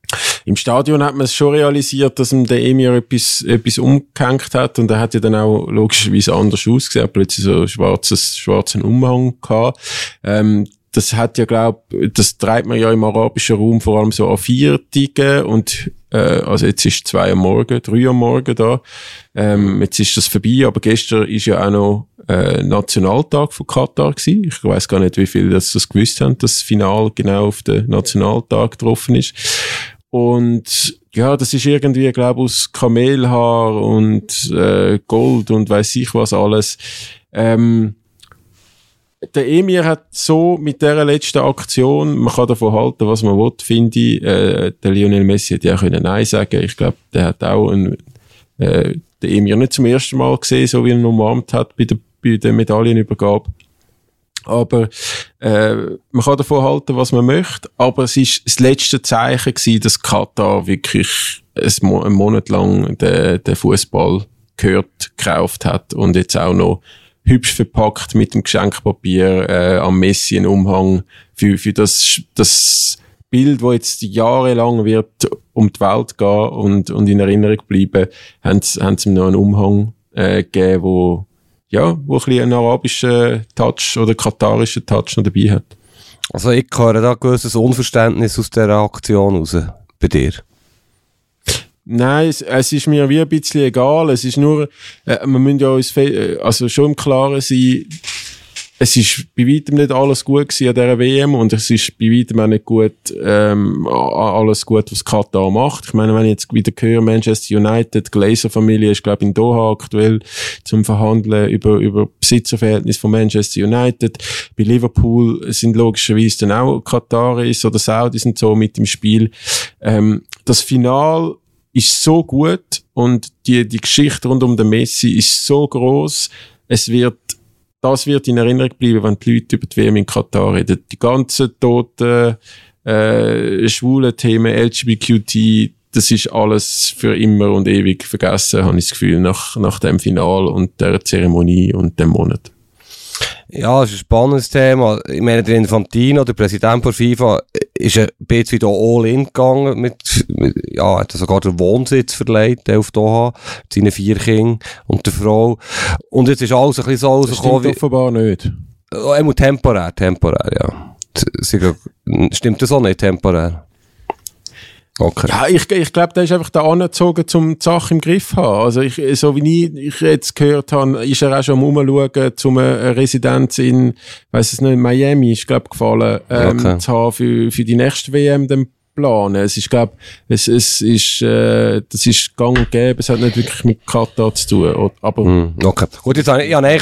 im Stadion hat man es schon realisiert, dass ihm der Emir etwas, etwas umgehängt hat und er hat ja dann auch logischerweise anders ausgesehen, plötzlich so schwarzes, schwarzen Umhang gehabt. Ähm, das hat ja, glaub, das treibt man ja im arabischen Raum vor allem so an Viertigen und äh, also jetzt ist zwei am Morgen, drei am Morgen da. Ähm, jetzt ist das vorbei, aber gestern ist ja auch noch äh, Nationaltag von Katar gewesen. Ich weiss gar nicht, wie viele das, das gewusst haben, dass das Finale genau auf den Nationaltag getroffen ist. Und ja, das ist irgendwie, glaube ich, aus Kamelhaar und äh, Gold und weiss ich was alles. Ähm, Der Emir hat so mit dieser letzten Aktion, man kann davon halten, was man will, finde ich, äh, der Lionel Messi hätte ja auch können Nein sagen. Ich glaube, der hat auch ein, äh, den Emir nicht zum ersten Mal gesehen, so wie er ihn umarmt hat bei der, bei der Medaillenübergabe. Aber äh, man kann davon halten, was man möchte, aber es ist das letzte Zeichen gewesen, dass Katar wirklich ein, Mo- einen Monat lang den, den Fußball gehört, gekauft hat und jetzt auch noch hübsch verpackt mit dem Geschenkpapier äh, am Messi einen Umhang für, für das, das Bild, das jetzt jahrelang wird um die Welt gehen und, und in Erinnerung bleiben, haben sie, haben sie ihm noch einen Umhang äh, gegeben, wo, ja, wo ein bisschen einen arabischen Touch oder katarischen Touch noch dabei hat. Also ich höre da ein gewisses Unverständnis aus dieser Aktion raus, bei dir. Nein, es, es ist mir wie ein bisschen egal. Es ist nur, äh, wir müssen ja uns fe- also schon im Klaren sein, es ist bei weitem nicht alles gut gewesen an dieser W M und es ist bei weitem auch nicht gut, ähm, alles gut, was Katar macht. Ich meine, wenn ich jetzt wieder höre, Manchester United, die Glazer-Familie ist, glaube ich, in Doha aktuell zum Verhandeln über, über Besitzerverhältnis von Manchester United. Bei Liverpool sind logischerweise dann auch Kataris oder Saudis und so mit im Spiel. Ähm, das Finale ist so gut und die, die Geschichte rund um den Messi ist so gross. Es wird, das wird in Erinnerung bleiben, wenn die Leute über die W M in Katar reden. Die ganzen toten, äh, schwulen Themen, L G B T Q T, das ist alles für immer und ewig vergessen, habe ich das Gefühl, nach, nach dem Finale und der Zeremonie und dem Monat. Ja, es ist ein spannendes Thema. Ich meine, der Infantino, der Präsident der FIFA, ist ein bisschen wieder all in gegangen mit, mit ja, hat sogar den Wohnsitz verleiht auf Doha, mit seinen vier Kindern und der Frau. Und jetzt ist alles ein bisschen so rausgekommen. Das stimmt offenbar nicht. Oh, er muss temporär, temporär, ja. Stimmt das auch nicht, temporär? Okay. Ja, ich, ich glaube, der ist einfach da angezogen, um die Sache im Griff zu haben. Also ich, so wie ich, ich jetzt gehört habe, ist er auch schon am Umschauen, um eine Residenz in, weiss es nicht, Miami, ist glaube gefallen, ähm, okay. zu haben für, für die nächste W M dann planen. Es ist, glaube es, es ist, äh, das ist gang und gäbe, es hat nicht wirklich mit Katar zu tun. Aber mm, okay. Gut, jetzt habe ich, ich eigentlich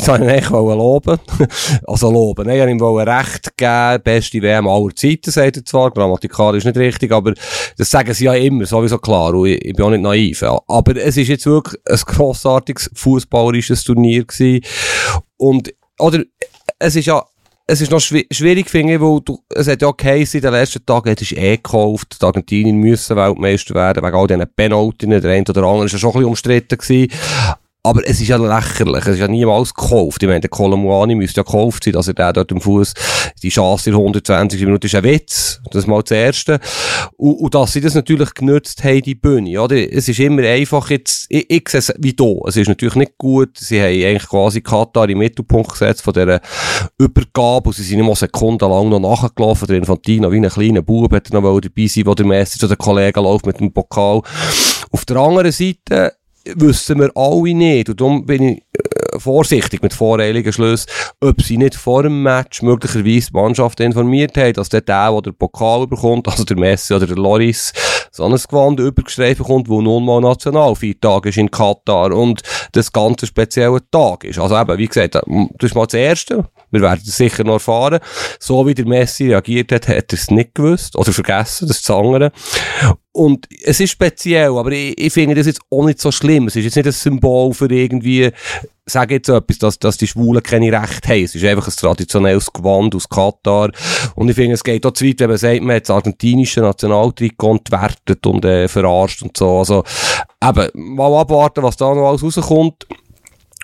loben. Also loben. Nein, ich wollte ihm wollte Recht geben, beste W M aller Zeiten, sagt er zwar, grammatikalisch nicht richtig, aber das sagen sie ja immer, sowieso klar, und ich, ich bin auch nicht naiv. Ja. Aber es ist jetzt wirklich ein grossartiges fußballerisches Turnier gewesen. Und, oder, es ist ja, es ist noch schwi- schwierig, finde ich, weil du, es hat ja geheißen, in den letzten Tagen, es ist eh gekauft, die Argentinien müssen Weltmeister werden, wegen all diesen Penaltien, der eine oder andere ist ja schon ein bisschen umstritten gewesen. Aber es ist ja lächerlich, es ist ja niemals gekauft. Ich meine, der Colomuani müsste ja gekauft sein, dass er da dort im Fuß die Chance in hundertzwanzig Minuten ist ein Witz. Das ist mal das Erste. Und, und dass sie das natürlich genutzt haben, die Bühne, oder? Es ist immer einfach jetzt, ich, ich sehe es wie da. Es ist natürlich nicht gut. Sie haben eigentlich quasi Katar im Mittelpunkt gesetzt von dieser Übergabe und sie sind immer sekundenlang noch nachgelaufen. Der Infantino, wie ein kleiner Bub, hat noch dabei sein, wo der Messi zu den Kollegen läuft mit dem Pokal. Auf der anderen Seite wissen wir alle nicht. Und darum bin ich äh, vorsichtig mit voreiligen Schlüssen, ob sie nicht vor dem Match möglicherweise die Mannschaft informiert haben, dass der, der, der den Pokal bekommt, also der Messi oder der Loris, so ein Gewand übergestreift bekommt, wo nun mal Nationalfeiertag ist in Katar und das ganze spezielle Tag ist. Also eben, wie gesagt, das ist mal das Erste. Wir werden es sicher noch erfahren. So wie der Messi reagiert hat, hat er es nicht gewusst. Oder vergessen, das ist das andere. Und es ist speziell, aber ich, ich finde das jetzt auch nicht so schlimm. Es ist jetzt nicht ein Symbol für irgendwie, sage jetzt etwas, dass, dass die Schwulen keine Rechte haben. Es ist einfach ein traditionelles Gewand aus Katar. Und ich finde, es geht auch zu weit, wenn man sagt, man hat das argentinische Nationaltrikot entwertet und äh, verarscht und so. Also, eben, mal abwarten, was da noch alles rauskommt.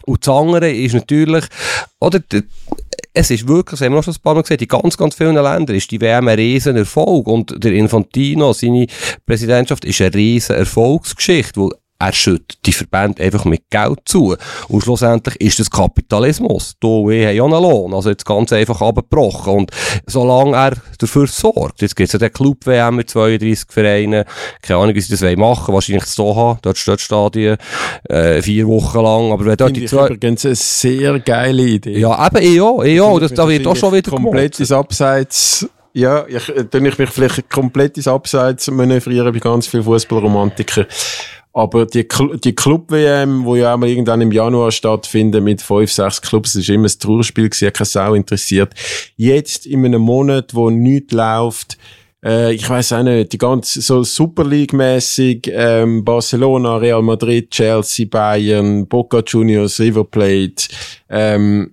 Und das andere ist natürlich, oder, es ist wirklich, das haben wir auch schon ein paar Mal gesehen, in ganz, ganz vielen Ländern ist die W M ein riesen Erfolg und der Infantino, seine Präsidentschaft, ist eine riesen Erfolgsgeschichte, weil er schüttet die Verbände einfach mit Geld zu. Und schlussendlich ist das Kapitalismus. Du und ich haben ja einen Lohn. Also jetzt ganz einfach abgebrochen. Und solange er dafür sorgt, jetzt gibt es ja den Club-W M mit zweiunddreissig Vereinen, keine Ahnung, wie sie das machen wollen, wahrscheinlich zu Doha, dort steht Stadien, äh, vier Wochen lang, aber wenn dort Finde die ich zwei... übrigens eine sehr geile Idee. Ja, eben, ich auch, ich auch, das, da wird auch schon wieder komplett ins Abseits... Ja, ich, dann ich mich vielleicht komplett ins Abseits manövrieren bei ganz vielen Fußballromantikern. Aber die, die Club-W M, die ja auch mal irgendwann im Januar stattfindet mit fünf, sechs Clubs, das war immer ein Trauerspiel, hat keine Sau interessiert. Jetzt in einem Monat, wo nichts läuft, äh, ich weiss auch nicht, die ganze, so Super League-mässig, ähm, Barcelona, Real Madrid, Chelsea, Bayern, Boca Juniors, River Plate, ähm,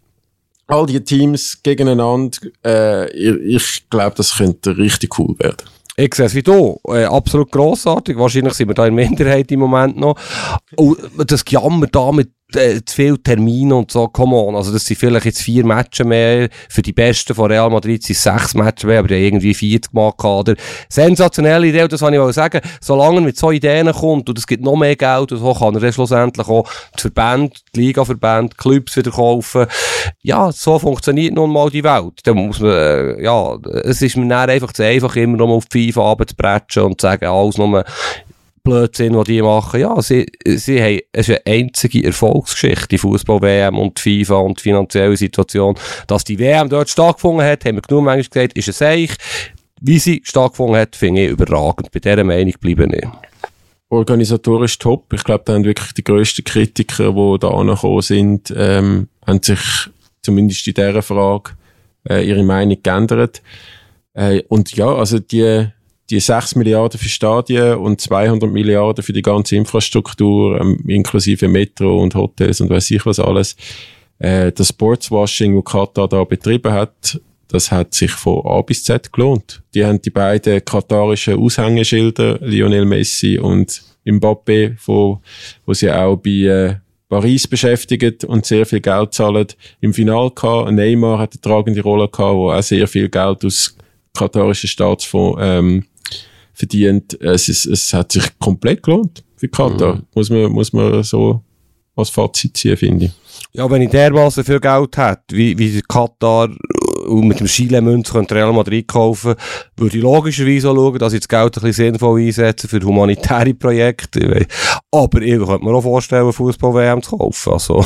all die Teams gegeneinander, äh, ich, ich glaube, das könnte richtig cool werden. Ich sehe es wie du. Äh, absolut grossartig. Wahrscheinlich sind wir da in Minderheit im Moment noch. Und das Gejammer da mit äh, zu viel Termine und so, come on. Also das sind vielleicht jetzt vier Matches mehr. Für die Besten von Real Madrid sind sechs Matches mehr, aber die haben irgendwie vierzig gemacht. Oder sensationelle Idee, und das wollte ich sagen. Solange er mit so Ideen kommt und es gibt noch mehr Geld, und so kann er dann schlussendlich auch die Verbände, die Liga-Verbände, Clubs wieder kaufen. Ja, so funktioniert nun mal die Welt. Da muss man, äh, ja, es ist mir dann einfach zu einfach, immer noch mal auf die FIFA runterzubretschen und zu sagen, alles nur Blödsinn, was die machen. Ja, sie, sie haben, es ist eine einzige Erfolgsgeschichte, die Fußball-W M und die FIFA und die finanzielle Situation. Dass die W M dort stattgefunden hat, haben wir genug manchmal gesagt, ist ein Seich. Wie sie stattgefunden hat, finde ich überragend. Bei dieser Meinung bleibe ich. Organisatorisch top. Ich glaube, da haben wirklich die grössten Kritiker, die da angekommen sind, ähm, haben sich zumindest in dieser Frage äh, ihre Meinung geändert. Äh, und ja, also die die sechs Milliarden für Stadien und zweihundert Milliarden für die ganze Infrastruktur, ähm, inklusive Metro und Hotels und weiss ich was alles. Äh, das Sportswashing, das Katar da betrieben hat, das hat sich von A bis Z gelohnt. Die haben die beiden katarischen Aushängeschilder, Lionel Messi und Mbappé, wo, wo sie auch bei äh, Paris beschäftigt und sehr viel Geld zahlen, im Finale gehabt. Neymar hat eine tragende Rolle gehabt, wo auch sehr viel Geld aus katarischen Staatsfonds ähm, verdient. Es, ist, es hat sich komplett gelohnt für Katar. Mhm. Muss man, muss man so als Fazit ziehen, finde ich. Ja, wenn ich dermaßen viel Geld hätte, wie, wie Katar und mit dem Chile-Münz könnte Real Madrid kaufen, würde ich logischerweise auch schauen, dass ich das Geld ein bisschen sinnvoll einsetze für humanitäre Projekte. Aber ich könnte mir auch vorstellen, Fußball-W M zu kaufen. Also,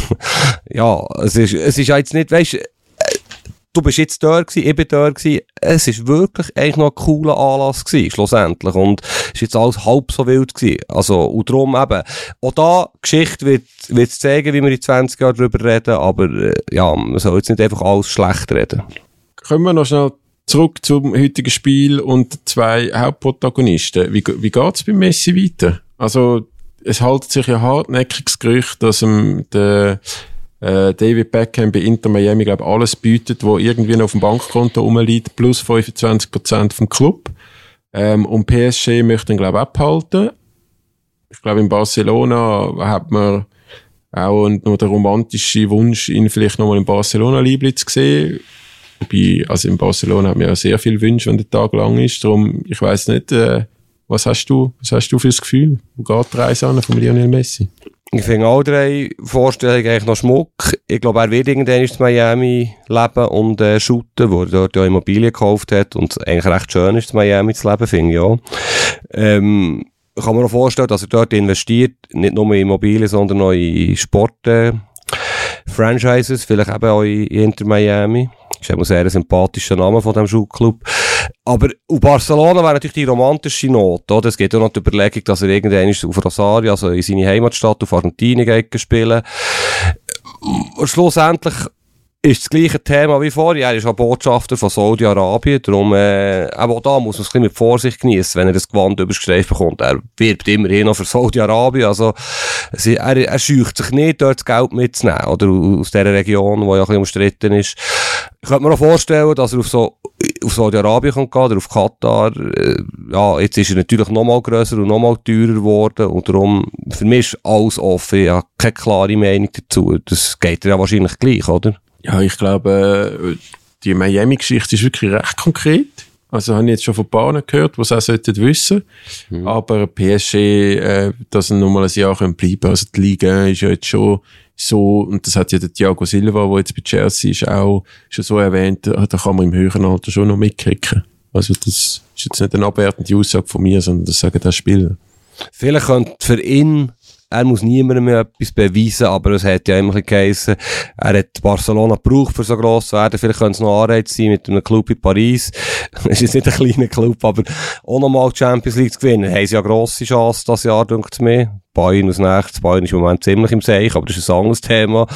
ja, es ist, es ist jetzt nicht, weißt, du bist jetzt da gewesen, ich bin da gewesen. Es ist wirklich eigentlich noch ein cooler Anlass gewesen, schlussendlich. Und es ist jetzt alles halb so wild gewesen. Also, und darum eben, auch da, Geschichte wird, wird es zeigen, wie wir in zwanzig Jahren darüber reden, aber, äh, ja, man soll jetzt nicht einfach alles schlecht reden. Kommen wir noch schnell zurück zum heutigen Spiel und zwei Hauptprotagonisten. Wie, wie geht's beim Messi weiter? Also, es hält sich ja hartnäckiges Gerücht, dass ihm der, Äh, David Beckham bei Inter Miami, glaube ich, alles bietet, wo irgendwie noch auf dem Bankkonto rumliegt, plus fünfundzwanzig Prozent vom Club. Ähm, und P S G möchte ihn, glaube ich, abhalten. Ich glaube, in Barcelona hat man auch noch den romantischen Wunsch, ihn vielleicht nochmal in Barcelona-Liebling zu sehen. Wobei, also in Barcelona hat man ja sehr viele Wünsche, wenn der Tag lang ist. Darum, ich weiss nicht, äh, was hast du, was hast du für das Gefühl? Wo geht die Reise an von Lionel Messi? Ich finde alle drei Vorstellungen eigentlich noch Schmuck. Ich glaube, er wird irgendwann in Miami leben und äh, shooten, wo er dort ja Immobilien gekauft hat und eigentlich recht schön ist, in Miami zu leben, finde ich ja. Ähm, ich kann mir auch vorstellen, dass er dort investiert, nicht nur in Immobilien, sondern auch in Sport, äh, Franchises, vielleicht eben auch in Inter Miami. Das ist ein sehr sympathischer Name von diesem Schuhclub. Aber und Barcelona wäre natürlich die romantische Not. Oder? Es geht auch noch die Überlegung, dass er irgendwann auf Rosario, also in seine Heimatstadt auf Argentinien geht spielen. Und schlussendlich ist das gleiche Thema wie vorher. Er ist auch Botschafter von Saudi-Arabien. Darum, äh, auch da muss man es ein bisschen mit Vorsicht genießen, wenn er das Gewand überstreift bekommt. Er wirbt immerhin noch für Saudi-Arabien. Also, sie, er, er scheucht sich nicht, dort das Geld mitzunehmen. Oder aus dieser Region, die ja ein bisschen umstritten ist. Ich könnte mir auch vorstellen, dass er auf so, auf Saudi-Arabien kann gehen oder auf Katar. Äh, ja, jetzt ist er natürlich noch mal grösser und noch mal teurer geworden. Und darum, für mich ist alles offen. Ich habe keine klare Meinung dazu. Das geht ja wahrscheinlich gleich, oder? Ja, ich glaube, die Miami-Geschichte ist wirklich recht konkret. Also habe ich jetzt schon von Bahnen gehört, die es auch sollten wissen. Mhm. Aber P S G, äh, dass sie noch mal ein Jahr bleiben können. Also die Liga ist ja jetzt schon so, und das hat ja der Thiago Silva, der jetzt bei Chelsea ist, auch schon so erwähnt, da kann man im höheren Alter schon noch mitkicken. Also das ist jetzt nicht eine abwertende Aussage von mir, sondern das sagen das Spieler. Vielleicht könnte für ihn, er muss niemandem mehr etwas beweisen, aber es hat ja immer geheissen, er hat Barcelona gebraucht, für so gross zu werden. Vielleicht könnte es noch Anreiz sein mit einem Club in Paris. Es ist jetzt nicht ein kleiner Club, aber auch nochmal die Champions League zu gewinnen. Haben sie ja grosse Chance das Jahr, denkt es mir. Bayern als nächstes. Bayern ist im Moment ziemlich im Seich, aber das ist ein anderes Thema.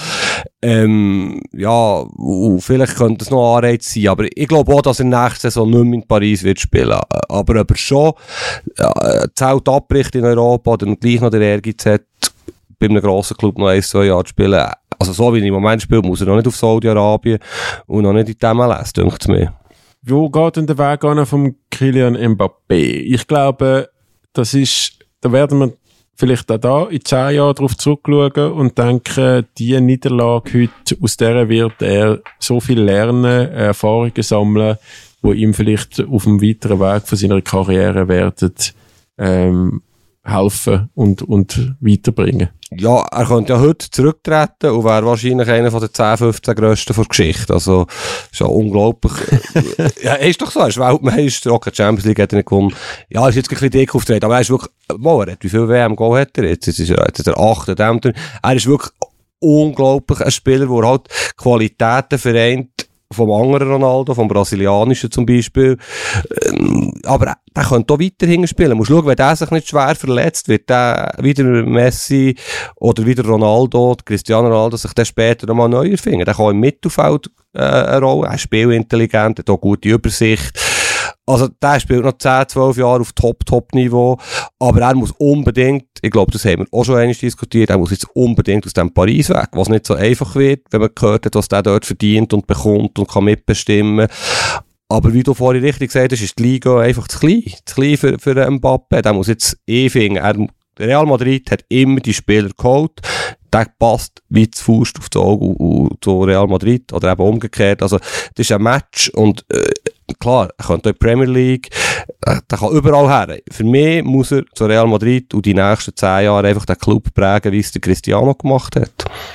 Ähm, ja, uh, vielleicht könnte es noch Anreiz sein, aber ich glaube auch, dass er nächste Saison nicht mehr in Paris wird spielen. Aber ob er schon äh, Zelt abbricht in Europa oder gleich noch der Ehrgeiz hat, bei einem grossen Club noch ein, zwei Jahre zu spielen, also so wie er im Moment spielt, muss er noch nicht auf Saudi-Arabien und noch nicht in die M L S, denkt es mir. Wo geht denn der Weg an vom Kylian Mbappé? Ich glaube, das ist, da werden wir vielleicht auch da in zehn Jahren darauf zurückschauen und denken, die Niederlage heute, aus der wird er so viel lernen, Erfahrungen sammeln, die ihm vielleicht auf dem weiteren Weg von seiner Karriere werden ähm, helfen und, und weiterbringen. Ja, er könnte ja heute zurücktreten und wäre wahrscheinlich einer von den zehn, fünfzehn Grössten der Geschichte. Also, ist ja unglaublich. Ja, ist doch so, er ist Weltmeister, auch keine Champions League hat er nicht gewonnen. Ja, er ist jetzt ein bisschen dick aufgetreten, aber er ist wirklich, wow, er hat, wie viel W M-Goal hat er jetzt? Jetzt ist er, jetzt ist er acht, er ist wirklich unglaublich ein Spieler, der halt Qualitäten vereint, vom anderen Ronaldo, vom Brasilianischen zum Beispiel. Ähm, aber der könnte auch weiterhin spielen. Du musst schauen, wenn der sich nicht schwer verletzt, wird der wieder Messi oder wieder Ronaldo, Cristiano Ronaldo, sich dann später nochmal neu erfinden. Der kann im Mittelfeld äh, eine Rolle, er ist spielintelligent, hat auch gute Übersicht. Also der spielt noch zehn, zwölf Jahre auf Top-Top-Niveau, aber er muss unbedingt, ich glaube, das haben wir auch schon einmal diskutiert, er muss jetzt unbedingt aus dem Paris weg, was nicht so einfach wird, wenn man gehört hat, was der dort verdient und bekommt und kann mitbestimmen. Aber wie du vorhin richtig gesagt hast, ist die Liga einfach zu klein, zu klein für, für Mbappé. Der muss jetzt eh finden. Er, Real Madrid hat immer die Spieler geholt. Der passt wie zu Faust auf das Auge zu Real Madrid oder eben umgekehrt. Also, das ist ein Match und äh, klar, er könnte auch in die Premier League, äh, der kann überall her. Für mich muss er zu Real Madrid und die nächsten zehn Jahre einfach den Club prägen, wie es der Cristiano gemacht hat.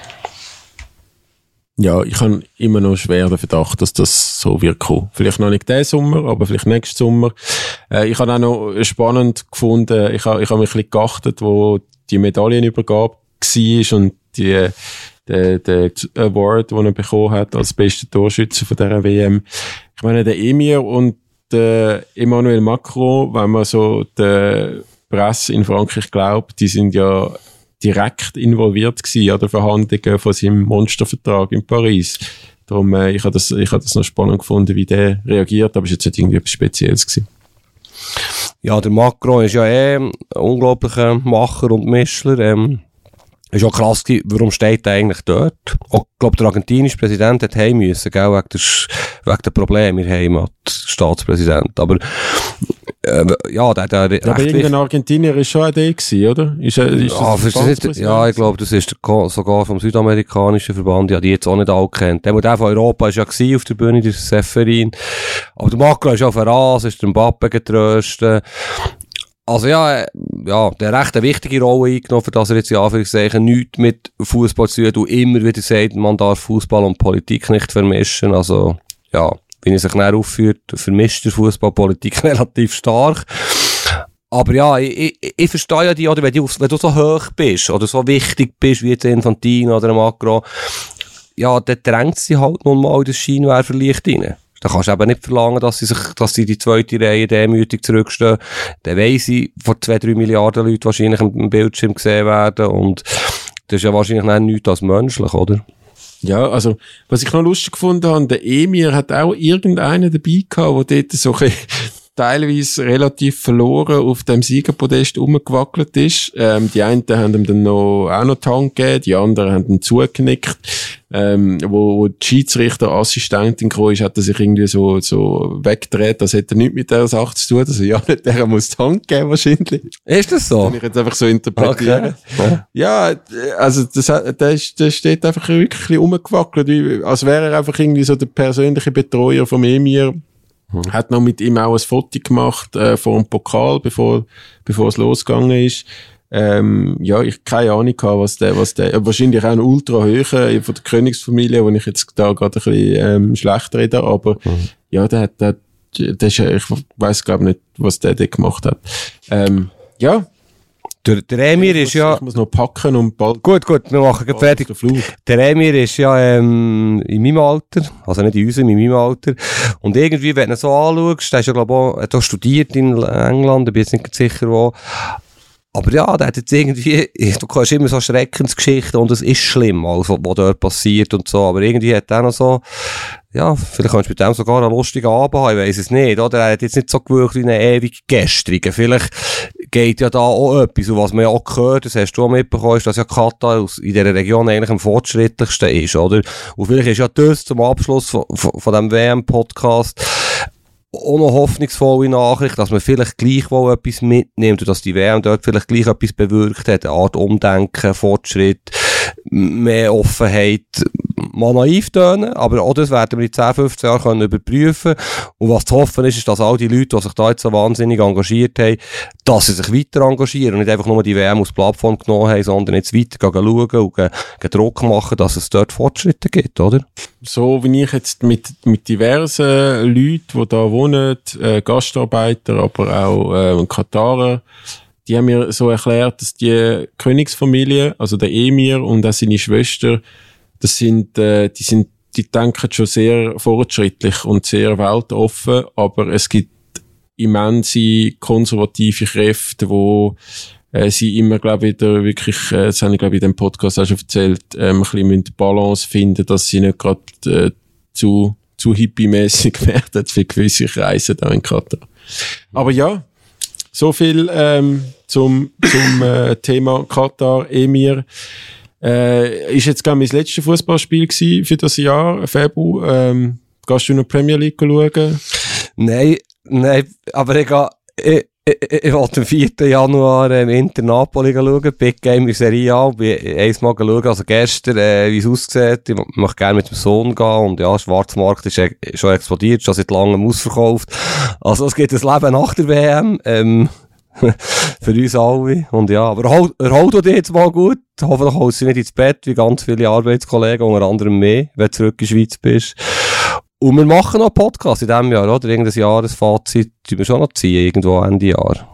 Ja, ich habe immer noch schwer den Verdacht, dass das so wird kommen. Vielleicht noch nicht diesen Sommer, aber vielleicht nächsten Sommer. Äh, ich habe auch noch spannend gefunden, ich habe, ich habe mich ein bisschen geachtet, wo die Medaillenübergabe war und die, der, der Award, den er bekommen hat als bester Torschütze von dieser W M. Ich meine, der Emir und der Emmanuel Macron, wenn man so der Presse in Frankreich glaubt, die sind ja direkt involviert gewesen an den Verhandlungen von seinem Monstervertrag in Paris. Darum, äh, ich habe das, ich habe das noch spannend gefunden, wie der reagiert, aber es war jetzt nicht irgendwie etwas Spezielles gewesen. Ja, der Macron ist ja eh ein unglaublicher Macher und Mischler. Ähm, ist auch krass gewesen, warum steht er eigentlich dort? Auch, ich glaube, der argentinische Präsident hat heim müssen, gell, wegen der, wegen der Probleme in der Heimat, Staatspräsident. Aber, äh, ja, der, der, ja, aber irgendein Argentinier ist schon auch der gewesen, oder? Ist, ist ja, das das nicht, ja, ich glaube, das ist der, sogar vom südamerikanischen Verband, ja, die jetzt auch nicht alle kennt. Der, der von Europa ist ja gewesen auf der Bühne, der Seferin. Aber der Macron ist auf der Rasen, ist der Mbappé getröstet. Also ja, ja, der hat recht eine wichtige Rolle eingenommen, für das er jetzt in Anführungszeichen nichts mit Fußball zu tun und immer wieder sagt, man darf Fußball und Politik nicht vermischen. Also ja, wenn er sich näher aufführt, vermischt der Fußball Politik relativ stark. Aber ja, ich, ich, ich verstehe ja die, oder wenn du, wenn du so hoch bist oder so wichtig bist wie jetzt Infantino oder Macron, ja, dann drängt sie halt nun mal in das Scheinwerferlicht rein. Da kannst du eben nicht verlangen, dass sie sich, dass sie die zweite Reihe demütig zurückstehen. Dann weiss ich, von zwei, drei Milliarden Leuten wahrscheinlich am Bildschirm gesehen werden und das ist ja wahrscheinlich nicht nichts als menschlich, oder? Ja, also, was ich noch lustig gefunden habe, der Emir hat auch irgendeinen dabei gehabt, der dort so ein teilweise relativ verloren auf dem Siegerpodest rumgewackelt ist. Ähm, die einen haben ihm dann noch, auch noch die Hand gegeben, die anderen haben ihn zugeknickt. Ähm, wo, wo die Schiedsrichterassistentin gekommen ist, hat er sich irgendwie so, so weggedreht, das hätte nichts mit dieser Sache zu tun. Also ja, nicht, der muss die Hand geben wahrscheinlich. Ist das so? Kann ich jetzt einfach so interpretieren. Okay. Ja, also das, der, ist, der steht einfach wirklich ein bisschen rumgewackelt, wie, als wäre er einfach irgendwie so der persönliche Betreuer vom Emir. Hm. Hat noch mit ihm auch ein Foto gemacht äh, vor dem Pokal, bevor, bevor es losgegangen ist. Ähm, ja, ich keine Ahnung hatte, was der, was der, wahrscheinlich auch ein ultra hoher von der Königsfamilie, wo ich jetzt da gerade ein bisschen ähm, schlecht rede, aber mhm. ja, der hat, der, der ist, ich weiss glaube nicht, was der da gemacht hat. Ähm, ja. Der, der Emir ist ja... Ich muss noch packen und bald... Gut, gut, wir machen gleich fertig. Der Emir ist ja ähm, in meinem Alter, also nicht in unserem, in meinem Alter. Und irgendwie, wenn du ihn so anschaust, der ist ja glaube ich auch, hat auch studiert in England, ich bin jetzt nicht sicher wo. Aber ja, der hat jetzt irgendwie, du kannst immer so Schreckensgeschichten und es ist schlimm, alles, was, was dort passiert und so. Aber irgendwie hat er noch so, ja, vielleicht kannst du mit dem sogar einen lustigen Abend haben, ich weiss es nicht, oder? Er hat jetzt nicht so gewirkt wie eine ewig Gestrige. Vielleicht geht ja da auch etwas, und was man ja auch gehört, das hast du auch mitbekommen, ist, dass ja Katar aus, in dieser Region eigentlich am fortschrittlichsten ist, oder? Und vielleicht ist ja das zum Abschluss von, von, von diesem W M-Podcast auch noch hoffnungsvolle Nachricht, dass man vielleicht gleichwohl etwas mitnimmt und dass die W M dort vielleicht gleich etwas bewirkt hat, eine Art Umdenken, Fortschritt, mehr Offenheit, mal naiv tönen, aber auch das werden wir in zehn, fünfzehn Jahren können überprüfen. Und was zu hoffen ist, ist, dass all die Leute, die sich da jetzt so wahnsinnig engagiert haben, dass sie sich weiter engagieren und nicht einfach nur die W M als Plattform genommen haben, sondern jetzt weiter schauen und gehen, gehen Druck machen, dass es dort Fortschritte gibt, oder? So wie ich jetzt mit, mit diversen Leuten, die da wohnen, äh, Gastarbeiter, aber auch äh, Katarer, die haben mir so erklärt, dass die Königsfamilie, also der Emir und auch seine Schwester, das sind, äh, die sind, die denken schon sehr fortschrittlich und sehr weltoffen, aber es gibt immense konservative Kräfte, wo äh, sie immer, glaube ich, wieder wirklich, äh, das habe ich, glaube ich, in dem Podcast auch schon erzählt, ähm, ein bisschen müssen Balance finden, dass sie nicht gerade äh, zu, zu hippie-mässig werden für gewisse Kreise da in Katar. Aber ja, so viel ähm, zum, zum äh, Thema Katar, Emir. Äh, ist jetzt, glaube ich, mein letztes Fußballspiel gewesen für das Jahr, Februar. Ähm, gehst du noch Premier League schauen? Nein, nein, aber ich gehe, ich, ich, ich wollte am vierten Januar im Inter Napoli schauen, Big Game in Serie A, bin einmal schauen, also gestern, äh, wie es aussieht, ich möchte gerne mit dem Sohn gehen und ja, Schwarzmarkt ist e- schon explodiert, schon seit langem ausverkauft, also es gibt ein Leben nach der W M, ähm, für uns alle. Und ja, aber erholt dich jetzt mal gut. Hoffentlich holst du nicht ins Bett, wie ganz viele Arbeitskollegen, unter anderem mehr, wenn du zurück in die Schweiz bist. Und wir machen noch einen Podcast in diesem Jahr, oder? Irgendein Jahresfazit, die wir schon noch ziehen, irgendwo Ende Jahr.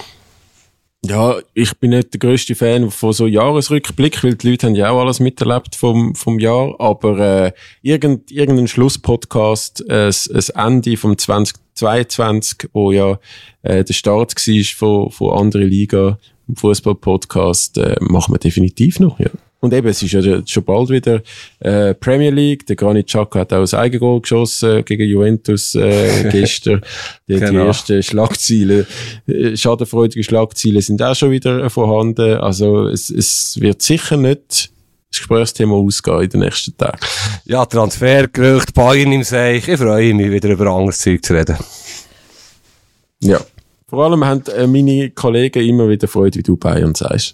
Ja, ich bin nicht der grösste Fan von so Jahresrückblick, weil die Leute haben ja auch alles miterlebt vom, vom Jahr, aber äh, irgend, irgendein Schlusspodcast, äh, ein Ende vom zwanzig zweiundzwanzig, wo ja äh, der Start war von, von anderen Liga, im Fußball-Podcast, äh, machen wir definitiv noch, ja. Und eben, es ist ja schon bald wieder äh, Premier League. Der Granit Xhaka hat auch ein Eigengoal geschossen gegen Juventus äh, gestern. Die, genau. Die ersten Schlagziele, äh, schadenfreudige Schlagziele sind auch schon wieder vorhanden. Also es, es wird sicher nicht das Gesprächsthema ausgehen in den nächsten Tagen. Ja, Transfergerüchte, Bayern im Seich. Ich freue mich, wieder über anderes Zeug zu reden. Ja. Vor allem haben äh, meine Kollegen immer wieder Freude, wie du Bayern sagst.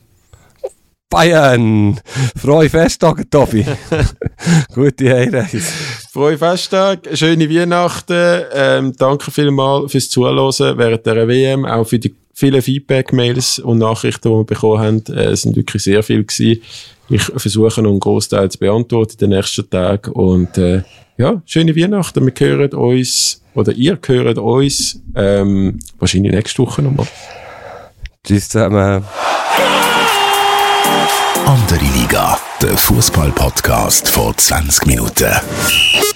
Bayern! Frohe Festtage, Tobi! Gute Heimreise! Frohe Festtage, schöne Weihnachten, ähm, danke vielmals fürs Zuhören während der W M, auch für die vielen Feedback-Mails und Nachrichten, die wir bekommen haben. Äh, es sind wirklich sehr viele gewesen. Ich versuche noch einen Großteil zu beantworten in den nächsten Tagen und äh, ja, schöne Weihnachten. Wir hören uns, oder ihr hört uns, ähm, wahrscheinlich nächste Woche nochmal. Tschüss zusammen. Andere Liga, der Fußball-Podcast vor zwanzig Minuten.